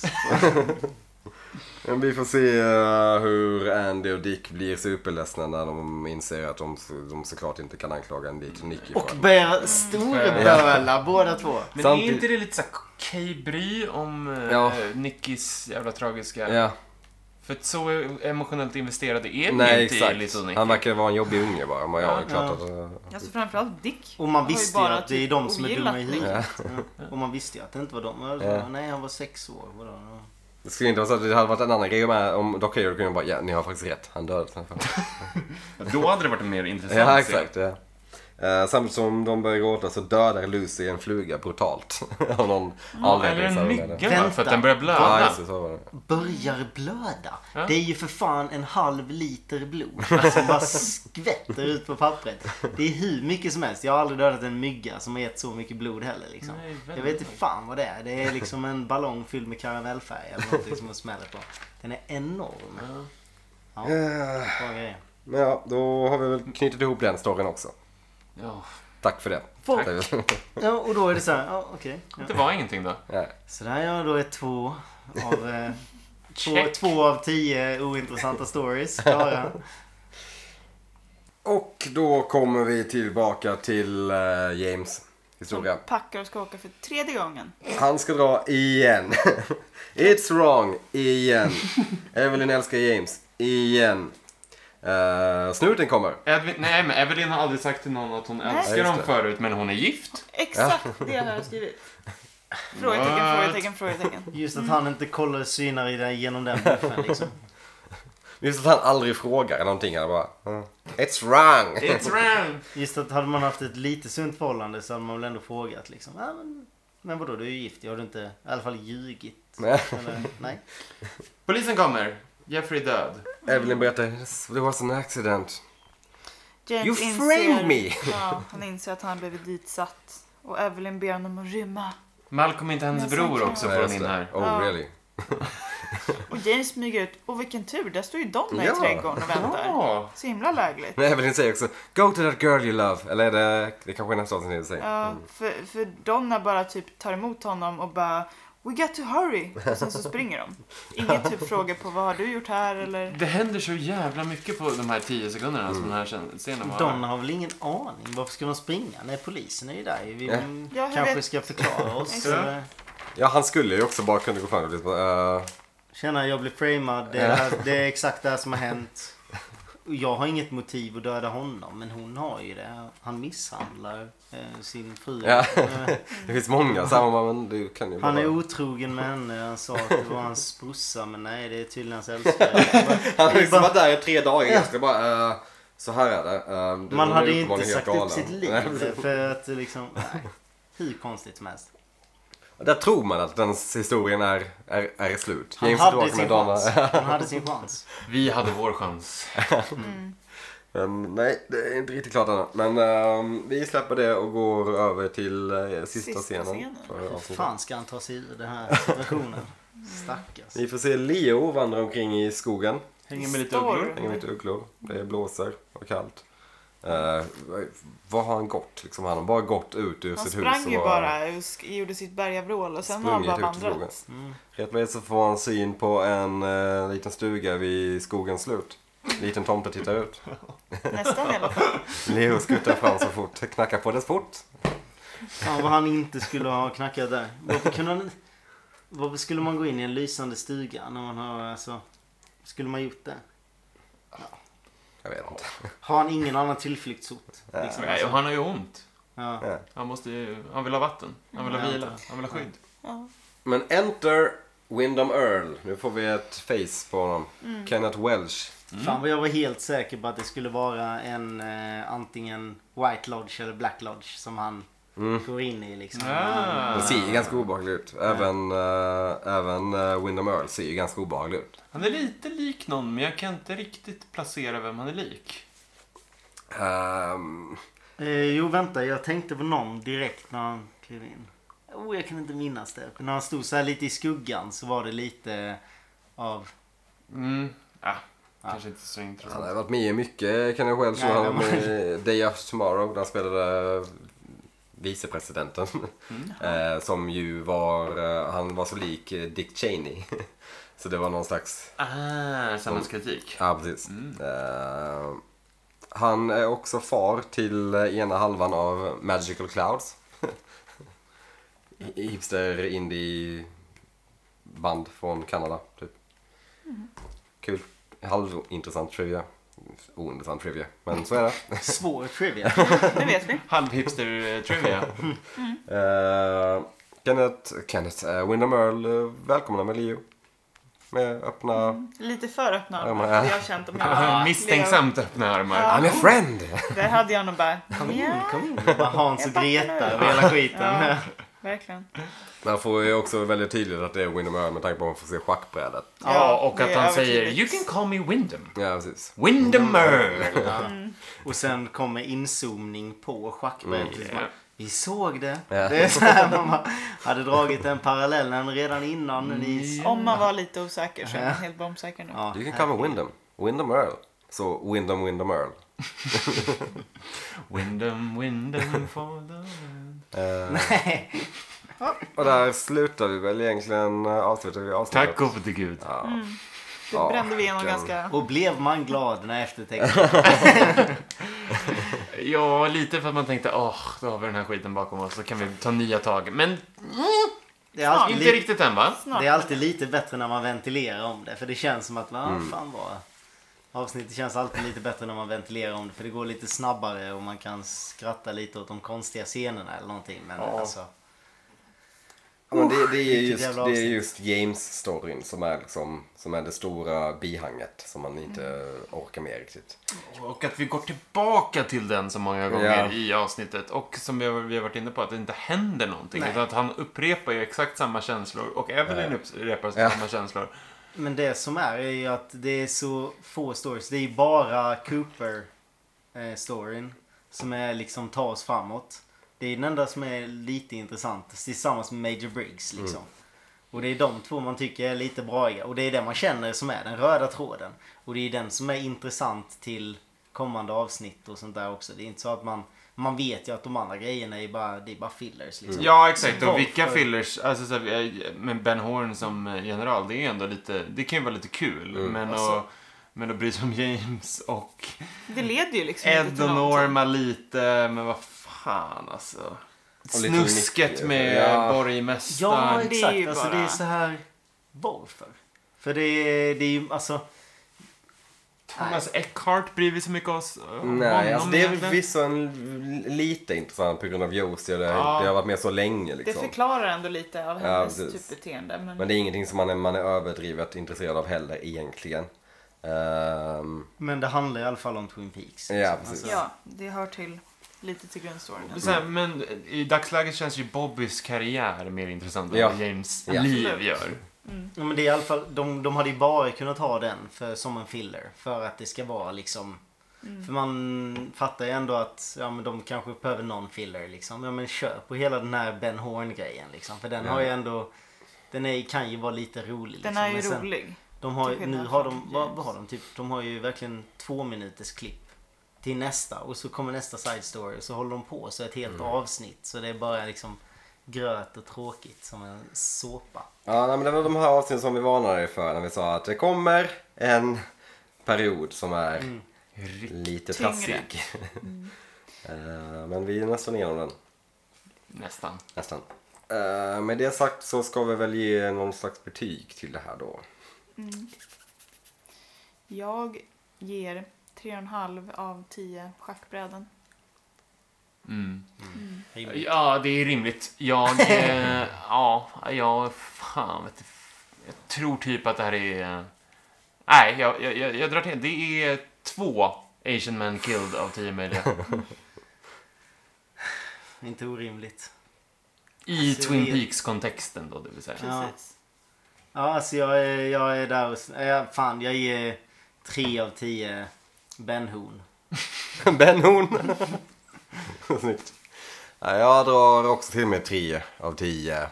Men vi får se uh, hur Andy och Dick blir superledsna när de inser att de, de såklart inte kan anklaga en Dick och Nicky Och för. börjar storböla båda två. Men Samtidigt- är inte det lite så okej bry om eh, Ja. Nickys jävla tragiska... Ja, För att så emotionellt investerade är vi nej inte i exakt. Little Nicky. Han verkar vara en jobbig unge bara. Men ja, Ja. klart Ja. att... Uh, Alltså framförallt Dick. Och man har ju visste ju bara att det är typ de som är dumma i ogillat huvudet. Ja. Ja. Och man visste ju att det inte var de. Alltså, Ja. Nej, han var sex år. Vadå? det skulle inte vara så att det hade varit en annan grej med om Doc Hayward kunde bara, ja, ni har faktiskt rätt. Han dödade sen. Då hade det varit en mer intressant Ja, scen. exakt. Ja. Uh, samtidigt som de börjar gråta så dödar Lucy en fluga brutalt. Av någon Ja, anledning. eller så en är det- mygga va? För att den börjar Ja, blöda. just det, så var det. Börjar blöda. Ja. Det är ju för fan en halv liter blod. Alltså bara skvätter ut på pappret. Det är hur mycket som helst. Jag har aldrig dödat en mygga som har gett så mycket blod heller. Liksom. Nej, Jag väldigt vet inte fan vad det är. Det är liksom en ballong fylld med karamellfärg eller någonting som man smäller på. Den är enorm. Ja, Uh, bra grejer. men ja, då har vi väl knutit ihop den storyn också. Ja, Tack för det. Folk. Ja, och då är det så här, ja okej. Ja. det var ingenting då. Ja. Så där ja, då är två av, eh, två, Check. två av tio ointressanta stories klara. Och då kommer vi tillbaka till uh, James historia. Som packar och ska åka för tredje gången. Han ska dra igen. It's wrong. Igen. Evelyn älskar James. Igen. Uh, snuten kommer. Edvin, nej, men Evelyn har aldrig sagt till någon att hon Nej. älskar Ja, dem just det. förut, men hon är gift. Exakt det har jag skrivit. Frågetecken, What? frågetecken, frågetecken. Just att han inte kollar synar i det genom den buffen liksom. Just att han aldrig frågar någonting. Han bara, uh, it's wrong. It's wrong! Just att hade man haft ett lite sunt förhållande så hade man väl ändå frågat liksom. Ja, men, men vadå, du är ju gift. Jag har du inte i alla fall ljugit? Nej. Eller, nej. Polisen kommer. Jeffrey är död. Evelyn berättar, det was an accident. James You framed me. Ja, han inser att han har blivit ditsatt. Och Evelyn ber honom att rymma. Malcolm är inte hennes Men bror sen- också Nej, får just hon in det. här. Oh, Ja. really? Och James smyger ut. Och vilken tur, där står ju Donna Ja. i trädgården och väntar. Ja. Så himla lägligt. Men Evelyn säger också, go to that girl you love. Eller är det, det kanske är nästa avsnitt säger. Ja, för, för Donna bara typ tar emot honom och bara We got to hurry. Och sen så springer de. Ingen typ frågar på vad har du gjort här eller... Det händer så jävla mycket på de här tio sekunderna som den här scen- scenen var. Donna har väl ingen aning. Varför ska de springa? Nej, polisen är ju där. Vi Ja. Ja, hur kanske vet- ska förklara oss. Exakt. eller? Ja, han skulle ju också bara kunna gå fram och liksom, uh, Tjena, jag blir framad. Det är, det här, det är exakt det här som har hänt. Jag har inget motiv att döda honom, men hon har ju det. Han misshandlar eh, sin fru. Ja. Eh, det finns många samma, men du kan ju bara... Han är otrogen med henne. Han sa att det var hans brorsa, men nej, det är tydligen hans älskare. Han har Det är liksom bara- varit där i tre dagar. Ja. Jag ska bara, uh, så här är det. Uh, du Man är hade uppenbarligen inte helt sagt upp galen. sitt liv Nej, precis. för att liksom, nej, hur konstigt som helst. Där tror man att den historien är, är, är slut. Han James hade tillbaka sin med Donna. chans. Han hade sin chans. Vi hade vår chans. Men nej, det är inte riktigt klart ännu. Men ehm, vi släpper det och går över till eh, sista, Sista scenen. scenen. För Hur avsnittet. fan ska han ta sig ur den här situationen? Stackars. Vi får se Leo vandra omkring i skogen. Hänger med lite Storm. ugglor. Hänger med lite ugglor. Det blåser och kallt. Uh, var har han gått? Liksom, han har bara gått ut ur Han sitt hus. sprang och ju bara bara och sk- gjorde sitt bergavrål och sen har han sprungit bara ut i vandrat. skogen. Mm. Rätt vad det är så får han syn på en uh, liten stuga vid skogens slut. Liten tomte tittar ut. Nästan i alla fall. Leo skuttar fram så fort. Knackar på dess port. Fan vad han inte skulle ha knackat där. Varför kunde han... Varför skulle man gå in i en lysande stuga när man har alltså... Skulle man gjort det? Jag vet inte. Har han ingen annan tillflyktsort? Ja. Liksom, Nej, alltså? och han har ju ont. Ja. Ja. Han, måste ju, han vill ha vatten. Han vill ha Ja. vila. Han vill ha skydd. Ja. Men enter Wyndham Earl. Nu får vi ett face på honom. Mm. Kenneth Welsh. Fan vad jag var helt säker på att det skulle vara en eh, antingen White Lodge eller Black Lodge som han Mm. går in i liksom. Ah. Det ser ju ganska obehagligt ut. Även, uh, även uh, Wyndham Earl ser ju ganska obehaglig ut. Han är lite lik någon, men jag kan inte riktigt placera vem han är lik. Um, Eh, jo vänta, jag tänkte på någon direkt när han klev in. Oh, jag kan inte minnas det. När han stod så här lite i skuggan så var det lite av... Mm, ja. Ja. Kanske inte så han intressant. har varit med i mycket, Kenneth Welsh. Nej, Han var men- med i Day After Tomorrow där han spelade vicepresidenten. Mm. eh, som ju var, uh, han var så lik eh, Dick Cheney. Så det var någon slags, Ah, samhällskritik. ja precis. Mm. Eh, han är också far till eh, ena halvan av Magical Clouds. Hipster indie band från Kanada typ. Kul. Halvintressant trivia. Ointressant trivia. Men så är det. Svår trivia. Det vet vi. Halvhipster-trivia. Uh, Kenneth, Kenneth uh, Wyndham Earl, uh, välkomna med Leo. Med öppna... Lite för öppna Ja, men- hade jag känt om jag Misstänksamt öppna armar. Ja. I'm a friend! Där hade jag nog bara, Kom in, ja, kom in. Bara Hans och Jag fattar Greta nu. och hela skiten. Ja. verkligen. Man får ju också väldigt tydligt att det är Wyndham Earl med tanke på att man får se schackbrädet. Ja, och det att är han säger övertydligt. You can call me Wyndham. Ja, precis. Wyndham Earl. Ja. Och sen kommer inzoomning på schackbrädet. Mm. Liksom. Vi såg det. Ja. Det är så här, man bara hade dragit den parallellen redan innan. Ni... Ja. Om man var lite osäker så är man helt bombsäker nu. Ja, You can call me Wyndham. Wyndham Earl. Så Wyndham, Wyndham Earl. Wyndham, Wyndham for the land. Uh, Nej. och där slutar vi väl egentligen uh, avslutar vi avsnittet. Tack gode gud. Ja. Mm. Det Ja, brände vi igenom verkligen. ganska... Och blev man glad när eftertexten? Ja, lite för att man tänkte, åh, då har vi den här skiten bakom oss, så kan vi ta nya tag. Men Det är, alltid inte lite, riktigt än, va? Snart. det är alltid lite bättre när man ventilerar om det. För det känns som att, vad Mm. fan var avsnittet känns alltid lite bättre när man ventilerar om det. För det går lite snabbare och man kan skratta lite åt de konstiga scenerna eller någonting. Men Ja. alltså... Ja, men det, det, är Vilket just, jävla det är avsnitt. just James-storyn som är, liksom, som är det stora bihanget som man inte Mm. orkar med riktigt. Och att vi går tillbaka till den så många gånger Ja. i avsnittet. Och som vi har, vi har varit inne på, att det inte händer någonting. Nej. Utan att han upprepar ju exakt samma känslor. Och Evelyn Ja. upprepar Ja. samma känslor. Men det som är är ju att det är så få stories. Det är ju bara Cooper-storyn som är liksom tar oss framåt. Det är den enda som är lite intressant tillsammans med Major Briggs liksom. Och det är de två man tycker är lite braiga. Och det är det man känner som är den röda tråden. Och det är den som är intressant till kommande avsnitt och sånt där också. Det är inte så att man man vet ju att de andra grejerna är bara, det är bara fillers liksom. Ja, exakt. Och Varför? vilka fillers, alltså så här, med Ben Horn som general, det är ju ändå lite, det kan ju vara lite kul. Mm. Men, Alltså. att, men att bry sig om James och Det leder ju liksom inte Ed till och någonting. Norma lite, men vad fan alltså. Och lite Snusket mycket, med ja. borgmästaren. Ja, det är ju exakt. Alltså bara- det är så här. Varför? För det är, det är ju alltså. Thomas Eckhart bryr vi så mycket oss om Nej, honom alltså det är väl egentligen. förvisso en, lite intressant på grund av Josie. Det, Ja. det har varit med så länge Det liksom. förklarar ändå lite av Ja, hennes precis. typ beteende. Men... Men det är ingenting som man är, man är överdrivet intresserad av heller egentligen. Ehm, Men det handlar i alla fall om Twin Peaks. Ja, liksom. precis. Alltså, Ja, det hör till lite till grundstoryn. Så här, men i dagsläget känns ju Bobbys karriär mer intressant än Ja. vad James Ja. liv Absolut. gör. Mm. Ja, men det är i alla fall, de, de hade ju bara kunnat ha den för, som en filler. För att det ska vara liksom. Mm. För man fattar ju ändå att ja, men de kanske behöver någon filler liksom. Ja men kör på hela den här Ben Horn grejen liksom. För den Ja. har ju ändå. den är, kan ju vara lite rolig. Liksom. Den är ju Men sen, rolig. de har, till skillnad nu har från de, vad, James. vad har de typ? De har ju verkligen två minuters klipp till nästa och så kommer nästa side story och så håller de på så ett helt Mm. avsnitt så det är bara liksom gröt och tråkigt som en såpa. Ja, nej, men det var de här avsnitten som vi varnade er för när vi sa att det kommer en period som är Mm. lite Tyngre. trasslig. Mm. Eh, men vi är nästan igenom den. Nästan. Nästan. Eh, med det sagt så ska vi väl ge någon slags betyg till det här då. Mm. Jag ger tre och en halv av tio schackbräden. Mm. Mm. Rimligt. Ja, det är rimligt. Jag, eh, ja, jag, fan vet du, jag tror typ att det här är, nej, jag, jag, jag, jag drar till. Det är två Asian Men Killed av tio möjliga. Inte orimligt. I Alltså, Twin det- Peaks-kontexten då, det vill säga. Ja. Precis. Ja, alltså jag är, jag är där och... Ja, fan, jag ger tre av tio Ben Horn. Ben Horn. Snyggt. Ja, jag drar också till med tre av tio.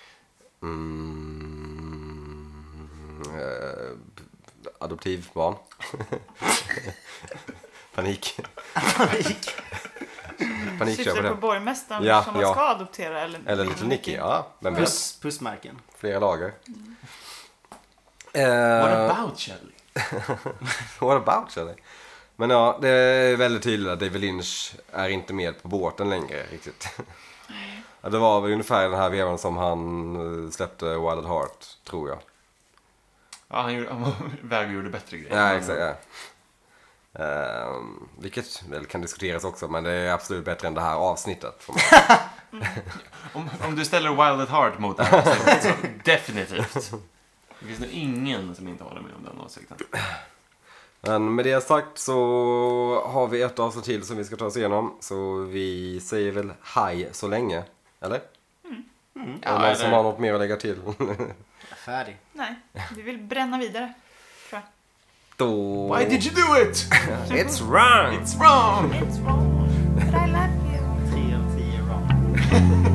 Mm, eh, adoptivbarn. Panik. Panik. Panik Syftar på du på det. borgmästaren Ja, som man ja. ska adoptera? Eller, Eller Little Nicky. Ja, vem vet. Puss, pussmärken. Flera lager. What Eh, about Shelley? What about Shelley? Men ja, det är väldigt tydligt att David Lynch är inte med på båten längre riktigt. Ja, det var väl ungefär den här vevan som han eh, släppte Wild at Heart, tror jag. Ja, han, gjorde, han var väg och gjorde bättre grejer. Ja, exakt. Ja. Ehm, vilket väl kan diskuteras också, men det är absolut bättre än det här avsnittet. får man- Om, om du ställer Wild at Heart mot det här avsnittet, så definitivt. Det finns nog ingen som inte håller med om den åsikten. Men med det sagt så har vi ett avsnitt till som vi ska ta oss igenom. Så vi säger väl hej så länge, eller? Mm. Är det någon som har något mer att lägga till? Färdig. Nej, vi vill bränna vidare. Tror jag. Då... Why did you do it? It's wrong! It's wrong! It's wrong, but I love you. Tre av tio wrong.